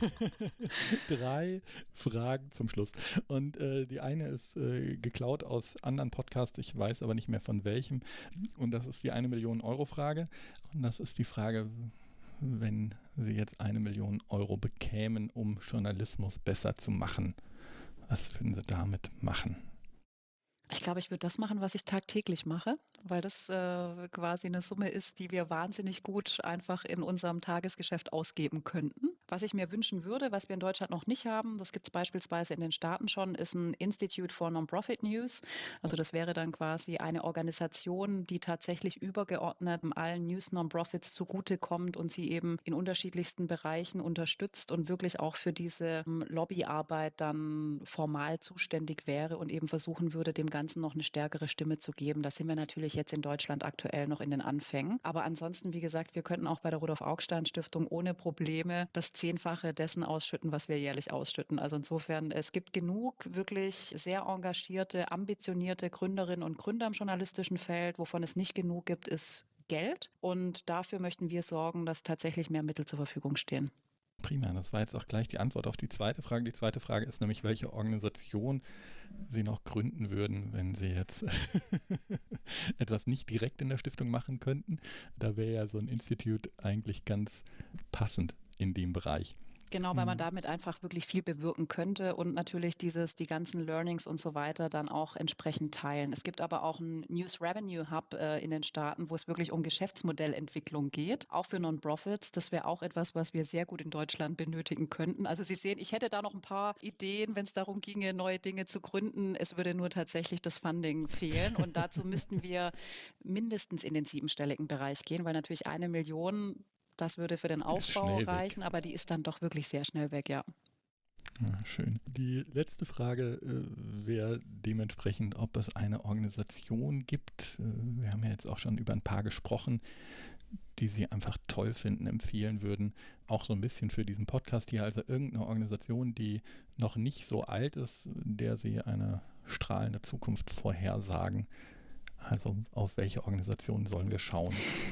drei Fragen zum Schluss. Und äh, die eine ist äh, geklaut aus anderen Podcasts, ich weiß aber nicht mehr von welchem. Und das ist die eine Million Euro Frage. Und das ist die Frage, wenn Sie jetzt eine Million Euro bekämen, um Journalismus besser zu machen, was würden Sie damit machen? Ich glaube, ich würde das machen, was ich tagtäglich mache, weil das äh, quasi eine Summe ist, die wir wahnsinnig gut einfach in unserem Tagesgeschäft ausgeben könnten. Was ich mir wünschen würde, was wir in Deutschland noch nicht haben, das gibt es beispielsweise in den Staaten schon, ist ein Institute for Non-Profit News. Also das wäre dann quasi eine Organisation, die tatsächlich übergeordnet allen News-Non-Profits zugutekommt und sie eben in unterschiedlichsten Bereichen unterstützt und wirklich auch für diese Lobbyarbeit dann formal zuständig wäre und eben versuchen würde, dem Ganzen noch eine stärkere Stimme zu geben. Da sind wir natürlich jetzt in Deutschland aktuell noch in den Anfängen. Aber ansonsten, wie gesagt, wir könnten auch bei der Rudolf-Augstein-Stiftung ohne Probleme das Zehnfache dessen ausschütten, was wir jährlich ausschütten. Also insofern, es gibt genug wirklich sehr engagierte, ambitionierte Gründerinnen und Gründer im journalistischen Feld. Wovon es nicht genug gibt, ist Geld. Und dafür möchten wir sorgen, dass tatsächlich mehr Mittel zur Verfügung stehen. Prima, das war jetzt auch gleich die Antwort auf die zweite Frage. Die zweite Frage ist nämlich, welche Organisation Sie noch gründen würden, wenn Sie jetzt etwas nicht direkt in der Stiftung machen könnten. Da wäre ja so ein Institut eigentlich ganz passend in dem Bereich. Genau, weil man damit einfach wirklich viel bewirken könnte und natürlich dieses, die ganzen Learnings und so weiter dann auch entsprechend teilen. Es gibt aber auch einen News Revenue Hub äh, in den Staaten, wo es wirklich um Geschäftsmodellentwicklung geht, auch für Non-Profits. Das wäre auch etwas, was wir sehr gut in Deutschland benötigen könnten. Also Sie sehen, ich hätte da noch ein paar Ideen, wenn es darum ginge, neue Dinge zu gründen. Es würde nur tatsächlich das Funding fehlen und dazu müssten wir mindestens in den siebenstelligen Bereich gehen, weil natürlich eine Million, das würde für den Aufbau reichen, aber die ist dann doch wirklich sehr schnell weg, ja. Ja, schön. Die letzte Frage äh, wäre dementsprechend, ob es eine Organisation gibt. Äh, wir haben ja jetzt auch schon über ein paar gesprochen, die Sie einfach toll finden, empfehlen würden. Auch so ein bisschen für diesen Podcast hier. Also irgendeine Organisation, die noch nicht so alt ist, der Sie eine strahlende Zukunft vorhersagen. Also auf welche Organisation sollen wir schauen?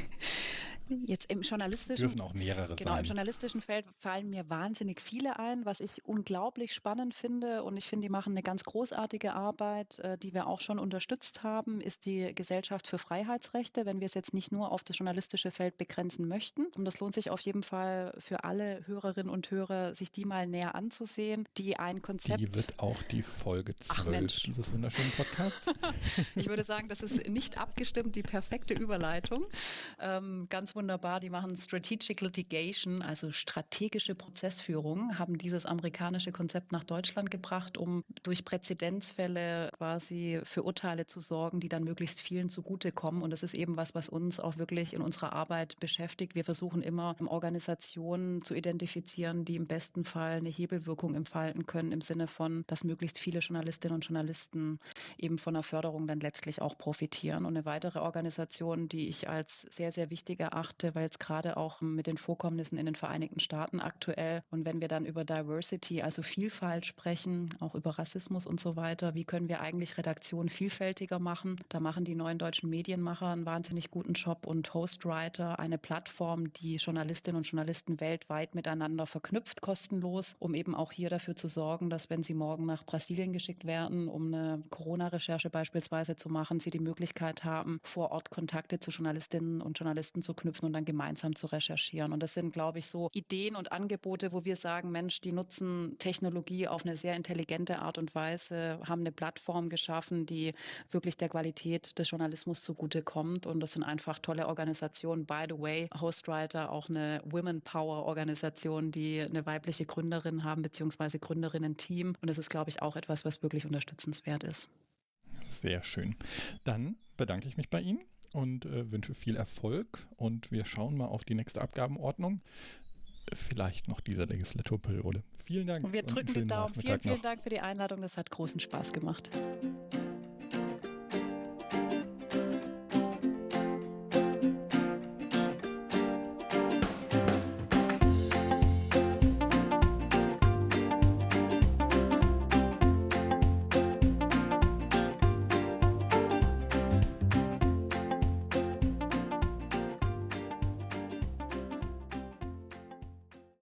Jetzt im journalistischen, dürfen auch mehrere genau, sein. Im journalistischen Feld fallen mir wahnsinnig viele ein, was ich unglaublich spannend finde und ich finde, die machen eine ganz großartige Arbeit, die wir auch schon unterstützt haben, ist die Gesellschaft für Freiheitsrechte, wenn wir es jetzt nicht nur auf das journalistische Feld begrenzen möchten. Und das lohnt sich auf jeden Fall für alle Hörerinnen und Hörer, sich die mal näher anzusehen, die ein Konzept... Die wird auch die Folge zwölf dieses wunderschönen Podcasts. Ich würde sagen, das ist nicht abgestimmt, die perfekte Überleitung. Ähm, ganz wunderbar, die machen Strategic Litigation, also strategische Prozessführung, haben dieses amerikanische Konzept nach Deutschland gebracht, um durch Präzedenzfälle quasi für Urteile zu sorgen, die dann möglichst vielen zugutekommen. Und das ist eben was, was uns auch wirklich in unserer Arbeit beschäftigt. Wir versuchen immer, Organisationen zu identifizieren, die im besten Fall eine Hebelwirkung entfalten können, im Sinne von, dass möglichst viele Journalistinnen und Journalisten eben von der Förderung dann letztlich auch profitieren. Und eine weitere Organisation, die ich als sehr, sehr wichtig erachte, weil jetzt gerade auch mit den Vorkommnissen in den Vereinigten Staaten aktuell und wenn wir dann über Diversity, also Vielfalt sprechen, auch über Rassismus und so weiter, wie können wir eigentlich Redaktion vielfältiger machen? Da machen die neuen deutschen Medienmacher einen wahnsinnig guten Job und Hostwriter, eine Plattform, die Journalistinnen und Journalisten weltweit miteinander verknüpft, kostenlos, um eben auch hier dafür zu sorgen, dass wenn sie morgen nach Brasilien geschickt werden, um eine Corona-Recherche beispielsweise zu machen, sie die Möglichkeit haben, vor Ort Kontakte zu Journalistinnen und Journalisten zu knüpfen und dann gemeinsam zu recherchieren. Und das sind, glaube ich, so Ideen und Angebote, wo wir sagen, Mensch, die nutzen Technologie auf eine sehr intelligente Art und Weise, haben eine Plattform geschaffen, die wirklich der Qualität des Journalismus zugutekommt. Und das sind einfach tolle Organisationen. By the way, Hostwriter, auch eine Women Power Organisation, die eine weibliche Gründerin haben, beziehungsweise Gründerinnen-Team. Und das ist, glaube ich, auch etwas, was wirklich unterstützenswert ist. Sehr schön. Dann bedanke ich mich bei Ihnen und äh, wünsche viel Erfolg und wir schauen mal auf die nächste Abgabenordnung. Vielleicht noch dieser Legislaturperiode. Vielen Dank. Und wir drücken die Daumen. Vielen, vielen Dank für die Einladung. Das hat großen Spaß gemacht.